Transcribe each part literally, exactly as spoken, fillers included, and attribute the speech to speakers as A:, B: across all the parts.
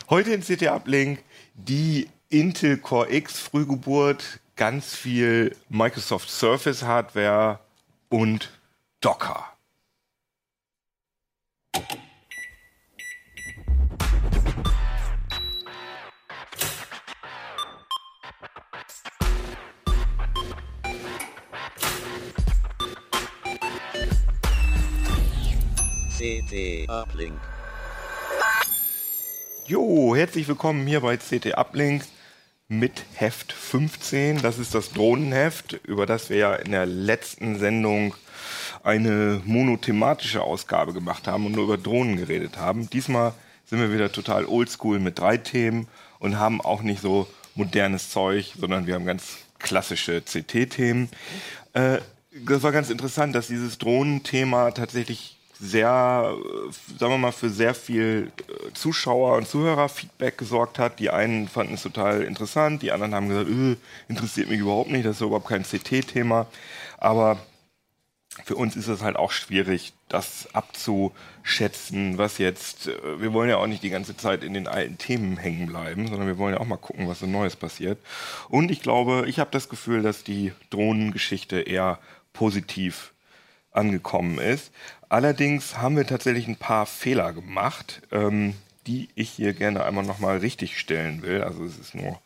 A: Heute in C T Uplink die Intel Core X Frühgeburt, ganz viel Microsoft Surface Hardware und Docker.
B: C T Uplink.
A: Jo, herzlich willkommen hier bei C T Uplink mit Heft fünfzehn. Das ist das Drohnenheft, über das wir ja in der letzten Sendung eine monothematische Ausgabe gemacht haben und nur über Drohnen geredet haben. Diesmal sind wir wieder total oldschool mit drei Themen und haben auch nicht so modernes Zeug, sondern wir haben ganz klassische C T-Themen. Äh, das war ganz interessant, dass dieses Drohnenthema tatsächlich sehr, sagen wir mal, für sehr viel Zuschauer- und Zuhörerfeedback gesorgt hat. Die einen fanden es total interessant, die anderen haben gesagt, öh, interessiert mich überhaupt nicht, das ist überhaupt kein C T-Thema. Aber für uns ist es halt auch schwierig, das abzuschätzen, was jetzt, wir wollen ja auch nicht die ganze Zeit in den alten Themen hängen bleiben, sondern wir wollen ja auch mal gucken, was so Neues passiert. Und ich glaube, ich habe das Gefühl, dass die Drohnengeschichte eher positiv angekommen ist. Allerdings haben wir tatsächlich ein paar Fehler gemacht, ähm, die ich hier gerne einmal nochmal richtig stellen will. Also es ist nur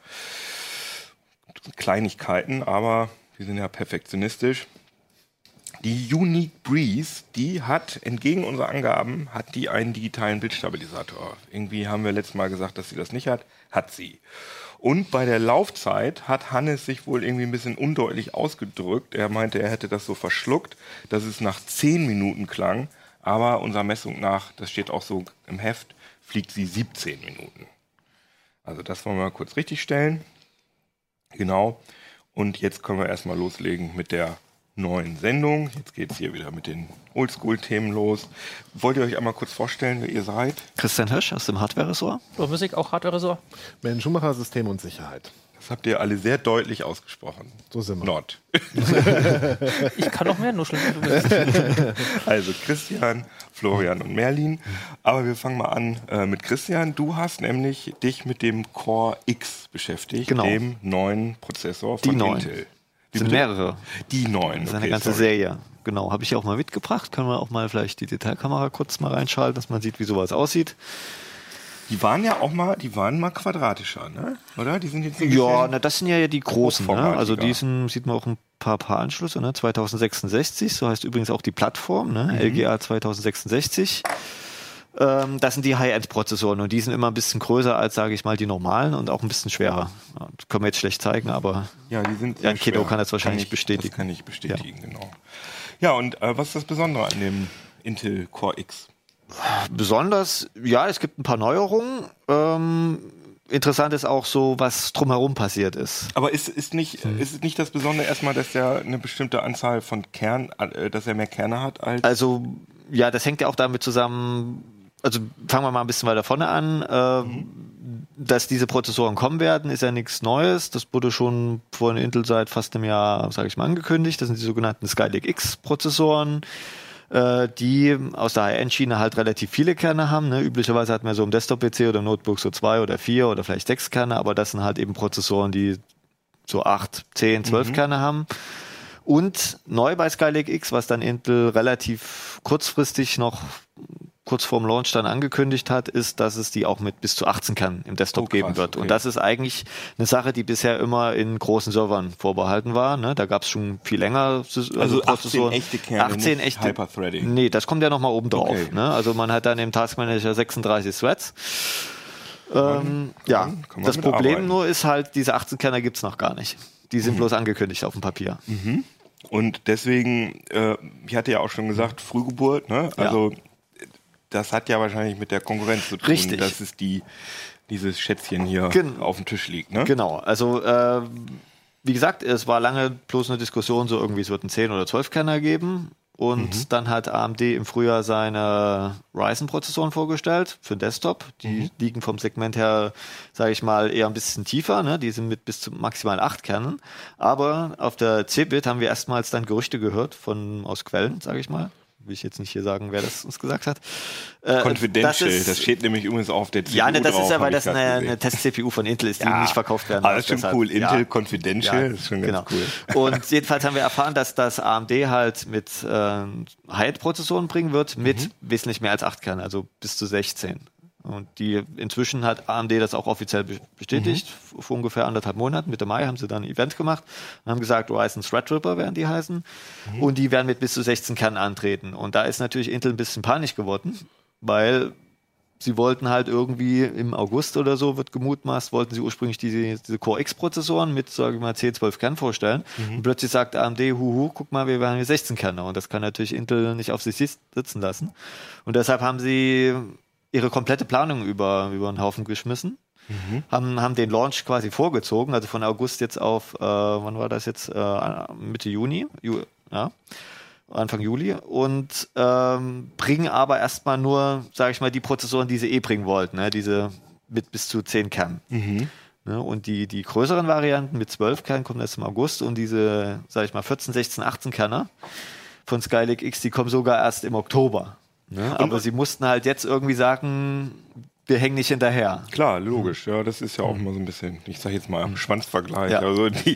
A: Kleinigkeiten, aber wir sind ja perfektionistisch. Die Unique Breeze, die hat, entgegen unserer Angaben, hat die einen digitalen Bildstabilisator. Irgendwie haben wir letztes Mal gesagt, dass sie das nicht hat. Hat sie. Und bei der Laufzeit hat Hannes sich wohl irgendwie ein bisschen undeutlich ausgedrückt. Er meinte, er hätte das so verschluckt, dass es nach zehn Minuten klang. Aber unserer Messung nach, das steht auch so im Heft, fliegt sie siebzehn Minuten. Also das wollen wir mal kurz richtig stellen. Genau. Und jetzt können wir erstmal loslegen mit der neuen Sendung. Jetzt geht es hier wieder mit den Oldschool-Themen los. Wollt ihr euch einmal kurz vorstellen, wer ihr seid?
C: Christian Hirsch aus dem Hardware-Ressort.
D: Musik, auch Hardware-Ressort.
E: Ben Schumacher, System und Sicherheit.
A: Das habt ihr alle sehr deutlich ausgesprochen.
E: So sind wir.
A: Not.
D: Ich kann noch mehr nuscheln.
A: Also Christian, Florian und Merlin. Aber wir fangen mal an äh, mit Christian. Du hast nämlich dich mit dem Core X beschäftigt,
C: genau.
A: Dem neuen Prozessor von
C: Die neuen.
A: Intel.
C: Es sind mehrere.
A: Die neuen.
C: Das ist eine
A: okay,
C: ganze
A: sorry.
C: Serie. Genau, habe ich ja auch mal mitgebracht. Können wir auch mal vielleicht die Detailkamera kurz mal reinschalten, dass man sieht, wie sowas aussieht.
A: Die waren ja auch mal, die waren mal quadratischer, ne? Oder? Die sind jetzt ein
C: Ja,
A: bisschen
C: na, das sind ja die großen. Ne?
A: hochformatiger.
C: Also diesen sieht man auch ein paar, paar Anschlüsse. Ne? zweitausendsechsundsechzig, so heißt übrigens auch die Plattform. Ne?
A: Mhm.
C: L G A zweitausendsechsundsechzig. Ähm, das sind die High-End-Prozessoren und die sind immer ein bisschen größer als, sage ich mal, die normalen und auch ein bisschen schwerer. Ja, das können wir jetzt schlecht zeigen, aber
A: Ja, die sind
C: Jan
A: sehr
C: Kiddo
A: schwer.
C: kann das wahrscheinlich
A: ich,
C: bestätigen.
A: Das kann ich bestätigen, genau. Ja, und äh, was ist das Besondere an dem Intel Core X?
C: besonders, ja, es gibt ein paar Neuerungen. Ähm, interessant ist auch so, was drumherum passiert ist.
A: Aber ist, ist, nicht,
C: Hm.
A: ist es nicht das Besondere erstmal, dass er eine bestimmte Anzahl von Kern, äh, dass er mehr Kerne hat als...
C: Also, ja, das hängt ja auch damit zusammen, also fangen wir mal ein bisschen weiter vorne an. Ähm, mhm. Dass diese Prozessoren kommen werden, ist ja nichts Neues. Das wurde schon vor Intel seit fast einem Jahr, sage ich mal, angekündigt. Das sind die sogenannten Skylake X-Prozessoren, äh, die aus der High-End-Schiene halt relativ viele Kerne haben. Ne? Üblicherweise hat man so im Desktop-P C oder im Notebook so zwei oder vier oder vielleicht sechs Kerne, aber das sind halt eben Prozessoren, die so acht, zehn, zwölf mhm. Kerne haben. Und neu bei Skylake X, was dann Intel relativ kurzfristig noch kurz vorm Launch dann angekündigt hat, ist, dass es die auch mit bis zu achtzehn Kernen im Desktop
A: oh, krass,
C: geben wird.
A: Okay.
C: Und das ist eigentlich eine Sache, die bisher immer in großen Servern vorbehalten war. Ne? Da gab es schon viel länger. Also,
A: also achtzehn echte Kerne,
C: achtzehn
A: nicht
C: echte,
A: Hyper-Threading.
C: Nee, das kommt ja nochmal oben drauf.
A: Okay.
C: Ne? Also man hat dann im Taskmanager sechsunddreißig Threads. Ähm, ja,
A: kann man
C: das Problem
A: arbeiten.
C: nur ist halt, diese achtzehn Kerner gibt's noch gar nicht. Die sind
A: mhm.
C: bloß angekündigt auf dem Papier.
A: Mhm. Und deswegen, äh, ich hatte ja auch schon gesagt, Frühgeburt, ne? Also ja. Das hat ja wahrscheinlich mit der Konkurrenz zu tun,
C: Richtig.
A: dass es die, dieses Schätzchen hier
C: Gen-
A: auf dem Tisch liegt, ne?
C: Genau, also äh, wie gesagt, es war lange bloß eine Diskussion, so irgendwie, es wird einen zehn- oder zwölf Kerner geben. Und mhm. dann hat A M D im Frühjahr seine Ryzen-Prozessoren vorgestellt für den Desktop. Die mhm. liegen vom Segment her, sage ich mal, eher ein bisschen tiefer. Ne? Die sind mit bis zu maximal acht Kernen. Aber auf der C-Bit haben wir erstmals dann Gerüchte gehört von aus Quellen, sage ich mal, will ich jetzt nicht hier sagen, wer das uns gesagt hat. Äh,
A: Confidential,
C: das, ist,
A: das steht nämlich übrigens auch auf der C P U
C: Ja, ne, das
A: drauf,
C: ist ja, weil
A: hab
C: das
A: ich
C: eine,
A: grad
C: eine
A: gesehen.
C: Test-C P U von Intel ist, die
A: Ja,
C: nicht verkauft werden
A: aber
C: darf.
A: das ist schon
C: Deshalb-
A: cool. Intel
C: ja.
A: Confidential,
C: Ja,
A: das ist schon ganz
C: genau.
A: cool.
C: Und jedenfalls haben wir erfahren, dass das A M D halt mit äh, High-End-Prozessoren bringen wird, mit
A: Mhm.
C: wesentlich mehr als acht Kernen, also bis zu sechzehn. Und die inzwischen hat A M D das auch offiziell be- bestätigt.
A: Mhm.
C: Vor ungefähr anderthalb Monaten, Mitte Mai, haben sie dann ein Event gemacht und haben gesagt, Ryzen Threadripper werden die heißen.
A: Mhm.
C: Und die werden mit bis zu sechzehn Kernen antreten. Und da ist natürlich Intel ein bisschen panisch geworden, weil sie wollten halt irgendwie im August oder so, wird gemutmaßt, wollten sie ursprünglich diese, diese Core X-Prozessoren mit, sage ich mal, zehn, zwölf Kernen vorstellen.
A: Mhm.
C: Und plötzlich sagt A M D, huhu, guck mal, wir werden hier sechzehn Kerner. Und das kann natürlich Intel nicht auf sich sitzen lassen. Und deshalb haben sie ihre komplette Planung über, über den Haufen geschmissen.
A: Mhm.
C: Haben, haben den Launch quasi vorgezogen, also von August jetzt auf, äh, wann war das jetzt? Äh, Mitte Juni, Ju, ja, Anfang Juli und ähm, bringen aber erstmal nur, sage ich mal, die Prozessoren, die sie eh bringen wollten, ne? Diese mit bis zu zehn Kernen.
A: Mhm.
C: Ne? Und die, die größeren Varianten mit zwölf Kernen kommen erst im August und diese, sage ich mal, vierzehn, sechzehn, achtzehn Kerner von Skylake X, die kommen sogar erst im Oktober. Ne? Aber sie mussten halt jetzt irgendwie sagen, wir hängen nicht hinterher.
A: Klar, logisch. Ja, das ist ja auch mal so ein bisschen, ich sag jetzt mal, am Schwanzvergleich,
C: Ja.
A: also in die,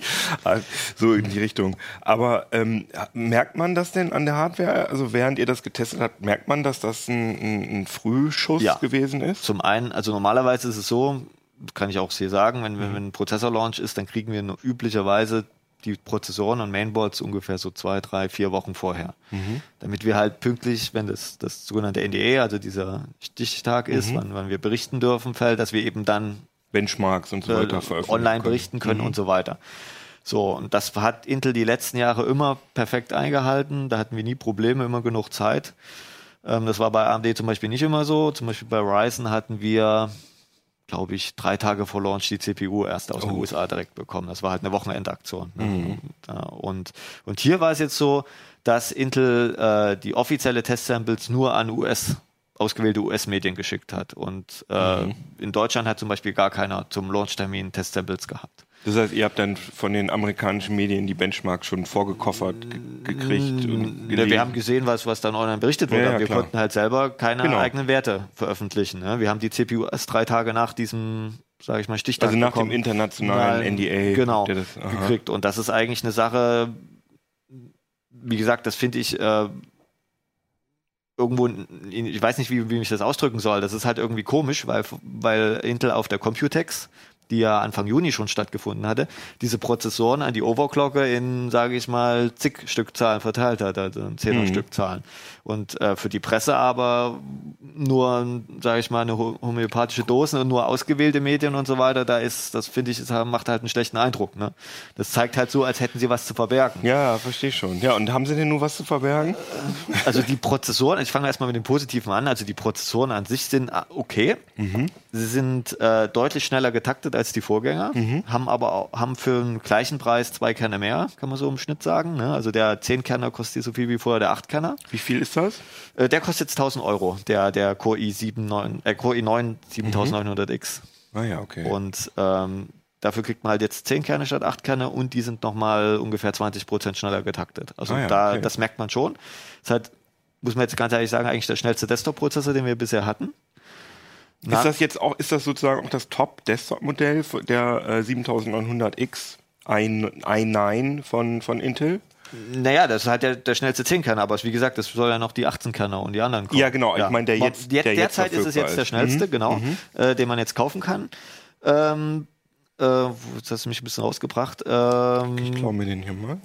A: so in die Richtung. Aber ähm, merkt man das denn an der Hardware? Also während ihr das getestet habt, merkt man, dass das ein, ein, ein Frühschuss
C: Ja.
A: gewesen ist?
C: Zum einen, also normalerweise ist es so, kann ich auch hier sagen, wenn, wenn, wenn ein Prozessor-Launch ist, dann kriegen wir nur üblicherweise die Prozessoren und Mainboards ungefähr so zwei, drei, vier Wochen vorher.
A: Mhm.
C: Damit wir halt pünktlich, wenn das, das sogenannte N D A, also dieser Stichtag ist,
A: Mhm.
C: wann, wann wir berichten dürfen, fällt, dass wir eben dann
A: Benchmarks und so weiter
C: äh,
A: veröffentlichen
C: online
A: können.
C: berichten können
A: Mhm.
C: und so weiter. So, und das hat Intel die letzten Jahre immer perfekt eingehalten. Da hatten wir nie Probleme, immer genug Zeit. Ähm, das war bei A M D zum Beispiel nicht immer so. Zum Beispiel bei Ryzen hatten wir, glaube ich, drei Tage vor Launch die C P U erst aus den
A: Oh.
C: U S A direkt bekommen. Das war halt eine Wochenendaktion. Ne?
A: Mhm.
C: Ja, und, und hier war es jetzt so, dass Intel äh, die offizielle Testsamples nur an U S ausgewählte U S-Medien geschickt hat. Und äh,
A: Mhm.
C: in Deutschland hat zum Beispiel gar keiner zum Launchtermin Testsamples gehabt.
A: Das heißt, ihr habt dann von den amerikanischen Medien die Benchmarks schon vorgekoffert ge gekriegt und
C: Ja,
A: gelesen.
C: wir haben gesehen, was, was dann online berichtet wurde,
A: Ja, ja,
C: aber wir
A: klar.
C: konnten halt selber keine
A: Genau.
C: eigenen Werte veröffentlichen. Ne? Wir haben die C P U erst drei Tage nach diesem, sage ich mal, Stichtag
A: Also nach
C: bekommen.
A: dem internationalen
C: Nein,
A: N D A.
C: genau,
A: habt ihr das, aha.
C: gekriegt. Und das ist eigentlich eine Sache, wie gesagt, das finde ich äh, irgendwo, ich weiß nicht, wie, wie ich das ausdrücken soll. Das ist halt irgendwie komisch, weil, weil Intel auf der Computex, die ja Anfang Juni schon stattgefunden hatte, diese Prozessoren an die Overclocker in, sage ich mal, zig Stückzahlen verteilt hat, also in zehner
A: Mhm.
C: Stückzahlen. Und äh, für die Presse aber nur, sage ich mal, eine ho- homöopathische Dosen und nur ausgewählte Medien und so weiter, da ist, das finde ich, das macht halt einen schlechten Eindruck. Ne? Das zeigt halt so, als hätten sie was zu verbergen.
A: Ja, verstehe schon. Ja, und haben sie denn nur was zu verbergen?
C: Also die Prozessoren, ich fange erstmal mit dem Positiven an, also die Prozessoren an sich sind ah, okay. Sie sind äh, deutlich schneller getaktet als die Vorgänger, haben aber auch, haben für den gleichen Preis zwei Kerne mehr, kann man so im Schnitt sagen. Ne? Also der zehn Kerner kostet so viel wie vorher der acht Kerner.
A: Wie viel ist das?
C: Äh, der kostet jetzt tausend Euro, der, der Core i sieben neun, äh, Core i neun siebentausendneunhundert X.
A: Ah ja, okay.
C: Und ähm, dafür kriegt man halt jetzt zehn Kerne statt acht Kerne und die sind nochmal ungefähr zwanzig Prozent schneller getaktet. Also
A: Ah ja,
C: da,
A: okay.
C: das merkt man schon. Das ist halt, muss man jetzt ganz ehrlich sagen, eigentlich der schnellste Desktop-Prozessor, den wir bisher hatten. Na,
A: Ist das jetzt auch, ist das sozusagen auch das Top-Desktop-Modell für der äh, siebentausendneunhundert X i neun von, von Intel?
C: naja, das ist halt der, der schnellste zehn Kerner, aber wie gesagt, das soll ja noch die achtzehn Kerner und die anderen kommen.
A: Ja, genau. Ich meine, der
C: Mo-
A: jetzt-
C: der
A: der jetzt
C: derzeit ist es
A: verfügbar
C: jetzt der
A: ist.
C: schnellste,
A: Mhm.
C: genau, äh, den man jetzt kaufen kann. Ähm, äh, wo- jetzt hast du mich ein bisschen rausgebracht. Ähm,
A: Ich glaube mir den hier mal.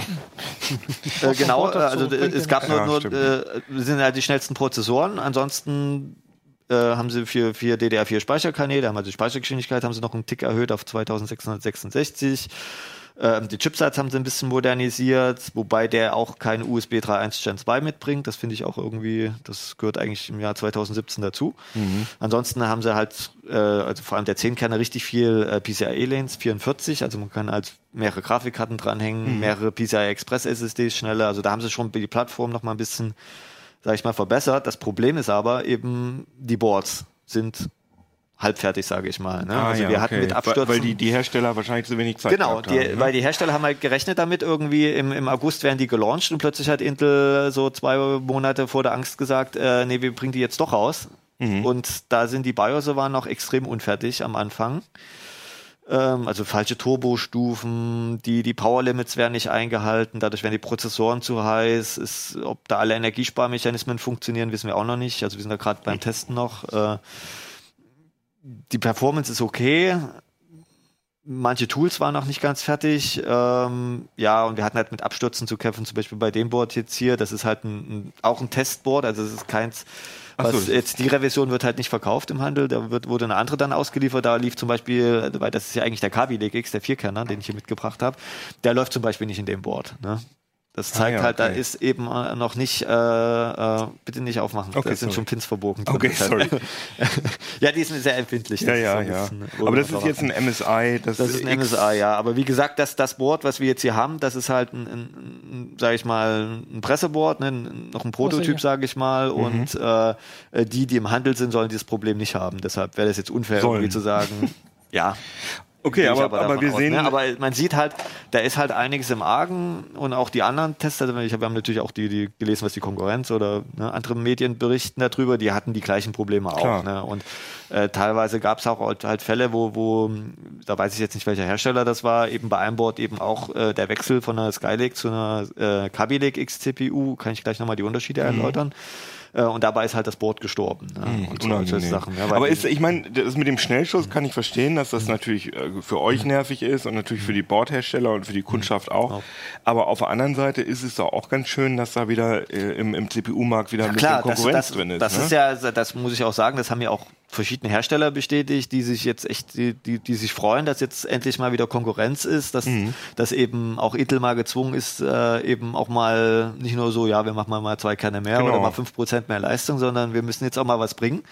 C: Äh, genau,
D: Wort
C: äh,
D: dazu
C: also
D: bringt
C: äh, es
D: ja
C: gab
A: nichts.
C: nur,
A: Ja,
C: nur
A: stimmt.
C: äh, sind halt die schnellsten Prozessoren. Ansonsten äh, haben sie für, für D D R vier Speicherkanäle, haben also die Speichergeschwindigkeit haben sie noch einen Tick erhöht auf zweitausendsechshundertsechsundsechzig. Ähm, die Chipsatz haben sie ein bisschen modernisiert, wobei der auch keinen U S B drei Punkt eins Gen zwei mitbringt. Das finde ich auch irgendwie, das gehört eigentlich im Jahr zweitausendsiebzehn dazu. Ansonsten haben sie halt, äh, also vor allem der zehn Kerner richtig viel äh, P C I E-Lanes, vierundvierzig, also man kann halt mehrere Grafikkarten dranhängen, mehrere P C I Express S S Ds schneller, also da haben sie schon die Plattform noch mal ein bisschen, sag ich mal, verbessert. Das Problem ist aber eben, die Boards sind halbfertig, sage ich mal. Ne?
A: Ah,
C: also
A: ja,
C: wir hatten
A: okay.
C: mit Abstürzen...
A: Weil die, die Hersteller wahrscheinlich zu wenig Zeit
C: Genau,
A: gehabt
C: die,
A: haben. Ne?
C: weil die Hersteller haben halt gerechnet damit, irgendwie im, im August werden die gelauncht und plötzlich hat Intel so zwei Monate vor der Angst gesagt, äh, nee, wir bringen die jetzt doch raus. Mhm. Und da sind die BIOS waren noch extrem unfertig am Anfang. Ähm, also falsche Turbostufen, die, die Power Limits werden nicht eingehalten, dadurch werden die Prozessoren zu heiß. Ist, ob da alle Energiesparmechanismen funktionieren, wissen wir auch noch nicht. Also wir sind da gerade beim Testen noch. Äh, die Performance ist okay. Manche Tools waren noch nicht ganz fertig. Ähm, ja, und wir hatten halt mit Abstürzen zu kämpfen, zum Beispiel bei dem Board jetzt hier. Das ist halt ein, ein, auch ein Testboard, also es ist keins, was so. Jetzt die Revision wird halt nicht verkauft im Handel, da wird, wurde eine andere dann ausgeliefert. Da lief zum Beispiel, weil das ist ja eigentlich der Kaby Lake X, der Vierkerner, den ich hier mitgebracht habe, der läuft zum Beispiel nicht in dem Board. Ne? Das zeigt ah, ja, halt, okay. Da ist eben äh, noch nicht, äh, äh, bitte nicht aufmachen,
A: okay,
C: da sind
A: sorry.
C: schon Pins verbogen.
A: Okay, sorry.
C: Ja, die sind sehr empfindlich.
A: Ja, ja, ja. Aber das ist jetzt ein M S I. Das,
C: das ist ein M S I, ja. Aber wie gesagt, das, das Board, was wir jetzt hier haben, das ist halt ein, ein, ein sag ich mal, ein Presseboard, ne? noch ein Prototyp, sage ich mal. Mhm. Und äh, die, die im Handel sind, sollen dieses Problem nicht haben. Deshalb wäre das jetzt unfair, sollen. irgendwie zu sagen, ja.
A: Okay, aber, aber, aber wir
C: aus,
A: sehen...
C: Ne? Aber man sieht halt, da ist halt einiges im Argen und auch die anderen Tests, also ich hab, wir haben natürlich auch die, die gelesen, was die Konkurrenz oder ne, andere Medien berichten darüber, die hatten die gleichen Probleme auch. Ne? Und äh, teilweise gab es auch halt Fälle, wo, wo, da weiß ich jetzt nicht, welcher Hersteller das war, eben bei einem Board eben auch äh, der Wechsel von einer Skylake zu einer äh, Kaby Lake X C P U, kann ich gleich nochmal die Unterschiede mhm. erläutern. Und dabei ist halt das Board gestorben. Ne?
A: Mhm,
C: und solche Sachen. Ja,
A: aber ist, ich meine, das mit dem Schnellschuss kann ich verstehen, dass das natürlich für euch nervig ist und natürlich für die Boardhersteller und für die Kundschaft auch. auch. Aber auf der anderen Seite ist es doch auch ganz schön, dass da wieder äh, im, im C P U-Markt wieder ein ja, bisschen Konkurrenz
C: das, das,
A: drin ist.
C: Das
A: ne?
C: ist ja, das muss ich auch sagen, das haben ja auch verschiedene Hersteller bestätigt, die sich jetzt echt, die, die, die sich freuen, dass jetzt endlich mal wieder Konkurrenz ist, dass, mhm. dass eben auch Intel mal gezwungen ist, äh, eben auch mal nicht nur so, ja, wir machen mal zwei Kerne mehr genau. oder mal fünf Prozent mehr Leistung, sondern wir müssen jetzt auch mal was bringen.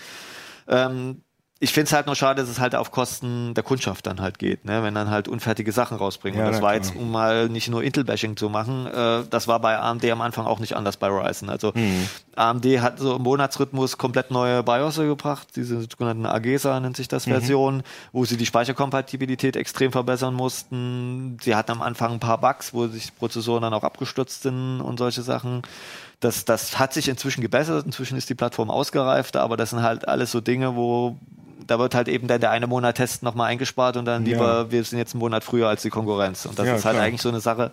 C: Ähm, Ich finde es halt nur schade, dass es halt auf Kosten der Kundschaft dann halt geht, ne? Wenn dann halt unfertige Sachen rausbringen. Ja, und das war jetzt, um mal nicht nur Intel-Bashing zu machen, äh, das war bei A M D am Anfang auch nicht anders bei Ryzen. Also mhm. A M D hat so im Monatsrhythmus komplett neue BIOS gebracht, diese sogenannten A G E S A nennt sich das mhm. Version, wo sie die Speicherkompatibilität extrem verbessern mussten. Sie hatten am Anfang ein paar Bugs, wo sich Prozessoren dann auch abgestürzt sind und solche Sachen. Das, das hat sich inzwischen gebessert, inzwischen ist die Plattform ausgereifter, aber das sind halt alles so Dinge, wo da wird halt eben dann der eine Monat Test nochmal eingespart und dann lieber, ja. wir sind jetzt einen Monat früher als die Konkurrenz. Und das ja, ist halt klar. eigentlich so eine Sache,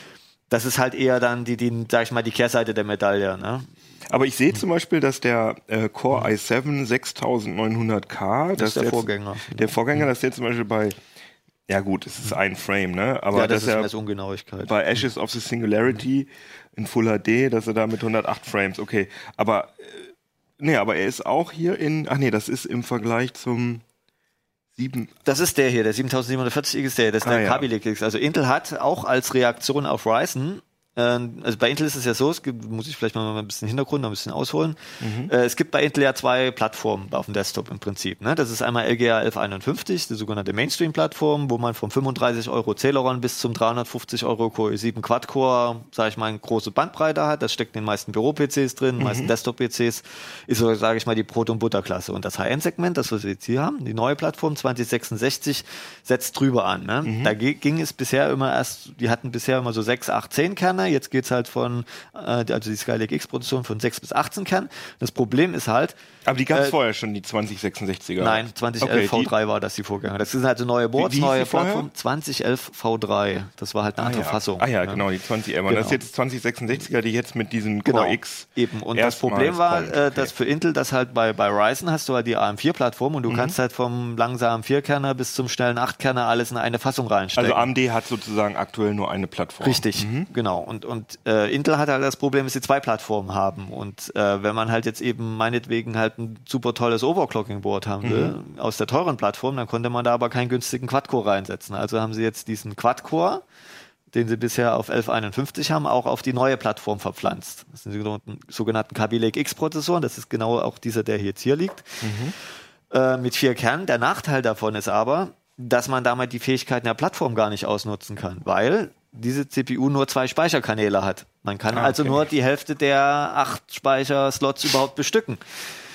C: das ist halt eher dann die, die, sag ich mal, die Kehrseite der Medaille. Ne?
A: Aber ich sehe zum Beispiel, dass der äh, Core i sieben sechstausendneunhundert K,
C: das ist der jetzt, Vorgänger.
A: Der Vorgänger, das ist jetzt zum Beispiel bei, ja gut, es ist ein Frame, ne? Aber
C: ja, das, das ist
A: ja
C: Ungenauigkeit.
A: Bei Ashes of the Singularity in Full H D, dass er da mit hundertacht Frames, okay. Aber, äh, nee, aber er ist auch hier in, ach nee, das ist im Vergleich zum sieben.
C: Das ist der hier, der siebentausendsiebenhundertvierzig X T, das ist ah, der ja. Kaby Lake X. Also Intel hat auch als Reaktion auf Ryzen, also bei Intel ist es ja so, es gibt, muss ich vielleicht mal ein bisschen Hintergrund, noch ein bisschen ausholen. Mhm. Es gibt bei Intel ja zwei Plattformen auf dem Desktop im Prinzip. Ne? Das ist einmal L G A elf einundfünfzig, die sogenannte Mainstream-Plattform, wo man vom fünfunddreißig Euro Celeron bis zum dreihundertfünfzig Euro Core i sieben Quad-Core, sage ich mal, eine große Bandbreite hat. Das steckt in den meisten Büro-P Cs drin, mhm. meisten Desktop-P Cs, ist so, sage ich mal, die Brot- und Butterklasse. Und das High-End-Segment, das was wir jetzt hier haben, die neue Plattform zwanzig sechsundsechzig, setzt drüber an. Ne? Mhm. Da g- ging es bisher immer erst, die hatten bisher immer so sechs, acht, zehn Kerne, jetzt geht's halt von, äh, also die Skylake X-Produktion von sechs bis achtzehn Kern. Das Problem ist halt...
A: Aber die gab es äh, vorher schon, die zwanzig sechsundsechziger?
C: Nein, zwanzig elf okay, V drei war das die Vorgänger. Das sind also neue Boards, wie, wie neue Plattformen. zwanzig elf V drei, das war halt eine
A: ah,
C: andere
A: ja.
C: Fassung.
A: Ah ja, ja, genau, die zwanzig elf. Genau. Das ist jetzt zwanzig sechsundsechziger, die jetzt mit diesen Core
C: genau.
A: X
C: eben. Und das Problem war, kommt. Okay. dass für Intel, das halt bei, bei Ryzen hast du halt die A M vier Plattform und du mhm. kannst halt vom langsamen vier-Kerner bis zum schnellen acht-Kerner alles in eine Fassung reinstecken.
A: Also A M D hat sozusagen aktuell nur eine Plattform.
C: Richtig, mhm. genau. Und, und äh, Intel hat halt das Problem, dass sie zwei Plattformen haben. Und äh, wenn man halt jetzt eben meinetwegen halt ein super tolles Overclocking-Board haben will, mhm. aus der teuren Plattform, dann konnte man da aber keinen günstigen Quad-Core reinsetzen. Also haben sie jetzt diesen Quad-Core, den sie bisher auf elf einundfünfzig haben, auch auf die neue Plattform verpflanzt. Das sind die sogenannten Kaby Lake X-Prozessoren. Das ist genau auch dieser, der jetzt hier liegt. Mhm. Äh, mit vier Kernen. Der Nachteil davon ist aber, dass man damit die Fähigkeiten der Plattform gar nicht ausnutzen kann, weil diese C P U nur zwei Speicherkanäle hat. Man kann ah, also okay. nur die Hälfte der acht Speicherslots überhaupt bestücken.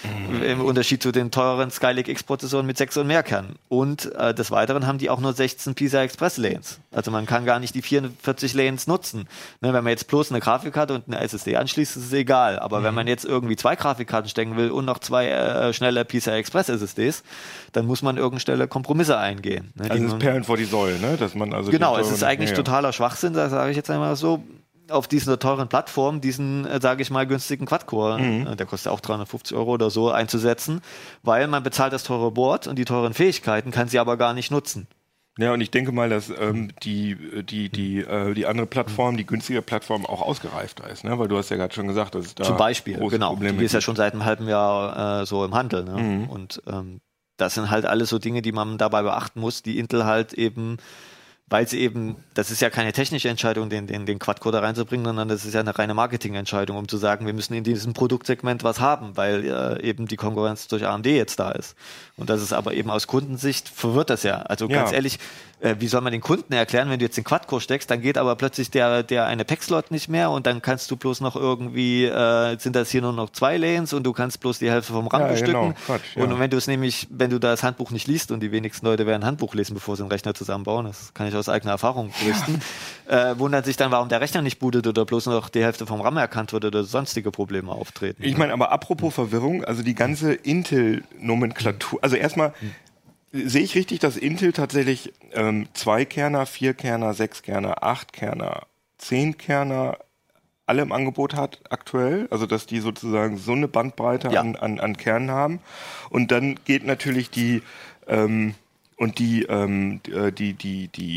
C: Mhm. Im Unterschied zu den teureren Skylake X-Prozessoren mit sechs und mehr Kernen. Und äh, des Weiteren haben die auch nur sechzehn P C I Express Lanes. Also man kann gar nicht die vierundvierzig Lanes nutzen. Ne, wenn man jetzt bloß eine Grafikkarte und eine S S D anschließt, ist es egal. Aber mhm. wenn man jetzt irgendwie zwei Grafikkarten stecken will und noch zwei äh, schnelle P C I Express S S Ds, dann muss man irgendeine Stelle Kompromisse eingehen. Ne,
A: also es ist Perlen vor die Säule, ne? Dass man also
C: genau, es ist eigentlich ja. totaler Schwachsinn, da sage ich jetzt einmal so, auf dieser teuren Plattform diesen, äh, sage ich mal, günstigen Quad-Core, mhm. äh, der kostet auch dreihundertfünfzig Euro oder so, einzusetzen, weil man bezahlt das teure Board und die teuren Fähigkeiten, kann sie aber gar nicht nutzen.
A: Ja, und ich denke mal, dass ähm, die, die, die, äh, die andere Plattform, die günstige Plattform auch ausgereifter ist, ne? Weil du hast ja gerade schon gesagt, dass es da
C: zum Beispiel, genau,
A: Probleme
C: die ist ja
A: gibt.
C: schon seit einem halben Jahr äh, so im Handel. Ne? Mhm. Und ähm, das sind halt alles so Dinge, die man dabei beachten muss, die Intel halt eben, weil sie eben, das ist ja keine technische Entscheidung, den, den, den Quad-Core da reinzubringen, sondern das ist ja eine reine Marketingentscheidung, um zu sagen, wir müssen in diesem Produktsegment was haben, weil äh, eben die Konkurrenz durch A M D jetzt da ist. Und das ist aber eben aus Kundensicht, verwirrt das ja. Also ganz
A: ja.
C: ehrlich, äh, wie soll man den Kunden erklären, wenn du jetzt den Quad-Core steckst, dann geht aber plötzlich der, der eine P E C-Slot nicht mehr und dann kannst du bloß noch irgendwie, äh, sind das hier nur noch zwei Lanes und du kannst bloß die Hälfte vom RAM
A: ja,
C: bestücken.
A: Genau. Quatsch, ja.
C: Und wenn du es nämlich, wenn du das Handbuch nicht liest, und die wenigsten Leute werden ein Handbuch lesen, bevor sie einen Rechner zusammenbauen, das kann ich aus eigener Erfahrung berichten, ja. äh, wundert sich dann, warum der Rechner nicht bootet oder bloß noch die Hälfte vom RAM erkannt wird oder sonstige Probleme auftreten.
A: Ich meine, aber apropos Verwirrung, also die ganze Intel-Nomenklatur, also erstmal sehe ich richtig, dass Intel tatsächlich ähm, zwei Kerner, vier Kerner, sechs Kerner, acht Kerner, zehn Kerner alle im Angebot hat aktuell, also dass die sozusagen so eine Bandbreite
C: ja.
A: an, an, an Kernen haben. Und dann geht natürlich die ähm, und die ähm, die die die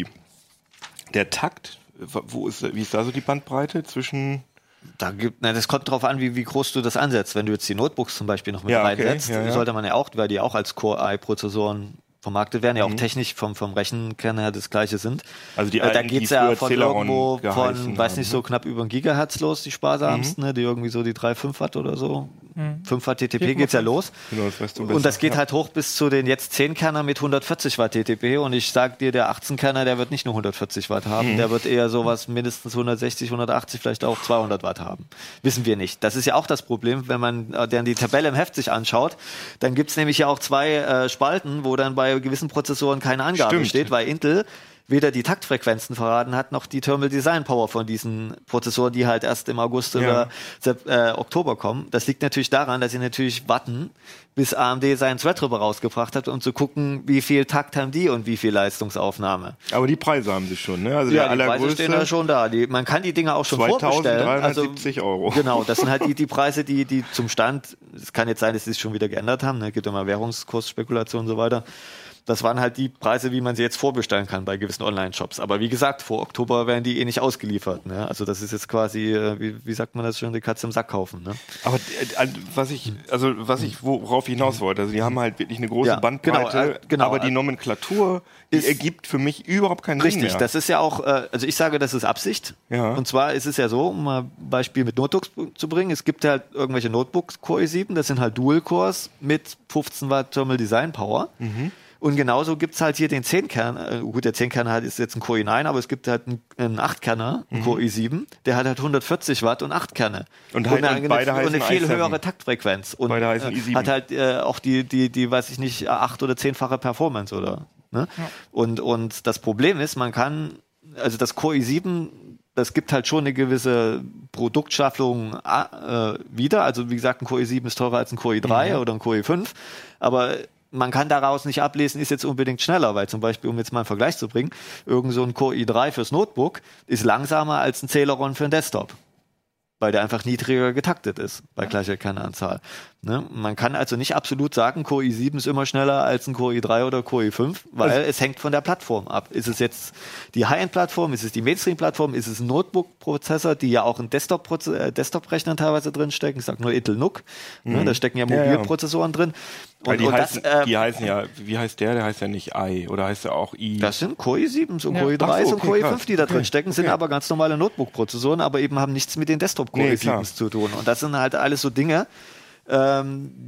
A: der Takt, wo ist wie ist da so die Bandbreite zwischen?
C: Da gibt, na, das kommt drauf an, wie, wie groß du das ansetzt. Wenn du jetzt die Notebooks zum Beispiel noch mit
A: ja, okay.
C: reinsetzt,
A: ja, ja.
C: sollte man ja auch, weil die auch als Core I Prozessoren vermarktet werden, ja
A: mhm.
C: auch technisch vom, vom Rechenkern her das gleiche sind.
A: Also die
C: äh,
A: alten,
C: da geht es ja von
A: Celeron
C: irgendwo von,
A: haben,
C: weiß nicht, so knapp über ein Gigahertz los, die sparsamsten,
A: mhm.
C: ne, die irgendwie so die drei Komma fünf Watt oder so.
D: Mhm.
C: fünf Watt T T P geht's ja los.
A: Genau, das weißt du
C: und
A: besser.
C: das geht
A: ja.
C: halt hoch bis zu den jetzt zehn Kerner mit hundertvierzig Watt T T P und ich sag dir, der achtzehn Kerner, der wird nicht nur hundertvierzig Watt haben, mhm. der wird eher sowas mindestens hundertsechzig, hundertachtzig, vielleicht auch zweihundert Watt haben. Wissen wir nicht. Das ist ja auch das Problem, wenn man äh, dann die Tabelle im Heft sich anschaut, dann gibt's nämlich ja auch zwei äh, Spalten, wo dann bei gewissen Prozessoren keine Angabe
A: Stimmt.
C: steht, weil Intel weder die Taktfrequenzen verraten hat, noch die Thermal Design Power von diesen Prozessoren, die halt erst im August
A: ja.
C: oder äh, Oktober kommen. Das liegt natürlich daran, dass sie natürlich warten, bis A M D seinen Threadripper rausgebracht hat, um zu gucken, wie viel Takt haben die und wie viel Leistungsaufnahme.
A: Aber die Preise haben sie schon, ne? Also
C: ja,
A: der
C: die Preise
A: allergrößte
C: stehen da schon da. Die, man kann die Dinger auch schon vorbestellen.
A: zweitausenddreihundertsiebzig
C: also,
A: Euro.
C: Genau, das sind halt die, die Preise, die, die zum Stand, es kann jetzt sein, dass sie es schon wieder geändert haben, ne? Gibt immer Währungskursspekulation und so weiter. Das waren halt die Preise, wie man sie jetzt vorbestellen kann bei gewissen Online-Shops. Aber wie gesagt, vor Oktober werden die eh nicht ausgeliefert. Ne? Also das ist jetzt quasi, wie, wie sagt man das schon, die Katze im Sack kaufen. Ne?
A: Aber äh, was ich, also was ich, worauf ich hinaus wollte, also die haben halt wirklich eine große
C: ja,
A: Bandbreite,
C: genau, äh, genau,
A: aber die Nomenklatur, die
C: ist,
A: ergibt für mich überhaupt keinen Sinn mehr.
C: Richtig, das ist ja auch, äh, also ich sage, das ist Absicht.
A: Ja.
C: Und zwar ist es ja so, um mal ein Beispiel mit Notebooks zu bringen, es gibt halt irgendwelche Notebooks, Core i sieben, das sind halt Dual-Cores mit fünfzehn Watt Thermal Design Power. Mhm. Und genauso gibt's halt hier den zehn Kerner, äh, gut, der zehn Kerner hat ist jetzt ein Core i neun, aber es gibt halt einen, einen acht Kerner, einen mhm. Core i sieben, der hat halt hundertvierzig Watt und acht Kerne.
A: Und, halt,
C: und, eine,
A: und beide
C: und eine viel
A: i sieben.
C: höhere Taktfrequenz. Und
A: beide heißen i sieben.
C: Hat halt äh, auch die, die, die, weiß ich nicht, acht- oder zehnfache Performance, oder? Ne? Ja. Und, und das Problem ist, man kann, also das Core i sieben, das gibt halt schon eine gewisse Produktschaffung äh, wieder. Also wie gesagt, ein Core i sieben ist teurer als ein Core i drei mhm. oder ein Core i fünf, aber man kann daraus nicht ablesen, ist jetzt unbedingt schneller, weil zum Beispiel, um jetzt mal einen Vergleich zu bringen, irgend so ein Core i drei fürs Notebook ist langsamer als ein Celeron für einen Desktop, weil der einfach niedriger getaktet ist bei ja. gleicher Kernanzahl. Ne? Man kann also nicht absolut sagen, Core i sieben ist immer schneller als ein Core i drei oder Core i fünf, weil also es hängt von der Plattform ab. Ist es jetzt die High-End-Plattform, ist es die Mainstream-Plattform, ist es ein Notebook-Prozessor, die ja auch in Desktop-Proze- äh, Desktop-Rechnern teilweise drinstecken, ich sag nur Intel N U C, mhm. ne? Da stecken ja Mobilprozessoren ja, ja. drin.
A: Und, die, und heißen, das, äh, die heißen ja, wie heißt der? Der heißt ja nicht I oder heißt er auch I?
C: Das sind Core i sieben und
D: ja.
C: Core i drei
A: so,
C: und
A: okay,
C: Core i
A: krass.
C: fünf, die da
A: okay.
C: drin stecken, sind
A: okay.
C: aber ganz normale Notebook-Prozessoren, aber eben haben nichts mit den Desktop-Core
A: nee,
C: i sieben zu tun. Und das sind halt alles so Dinge, ähm,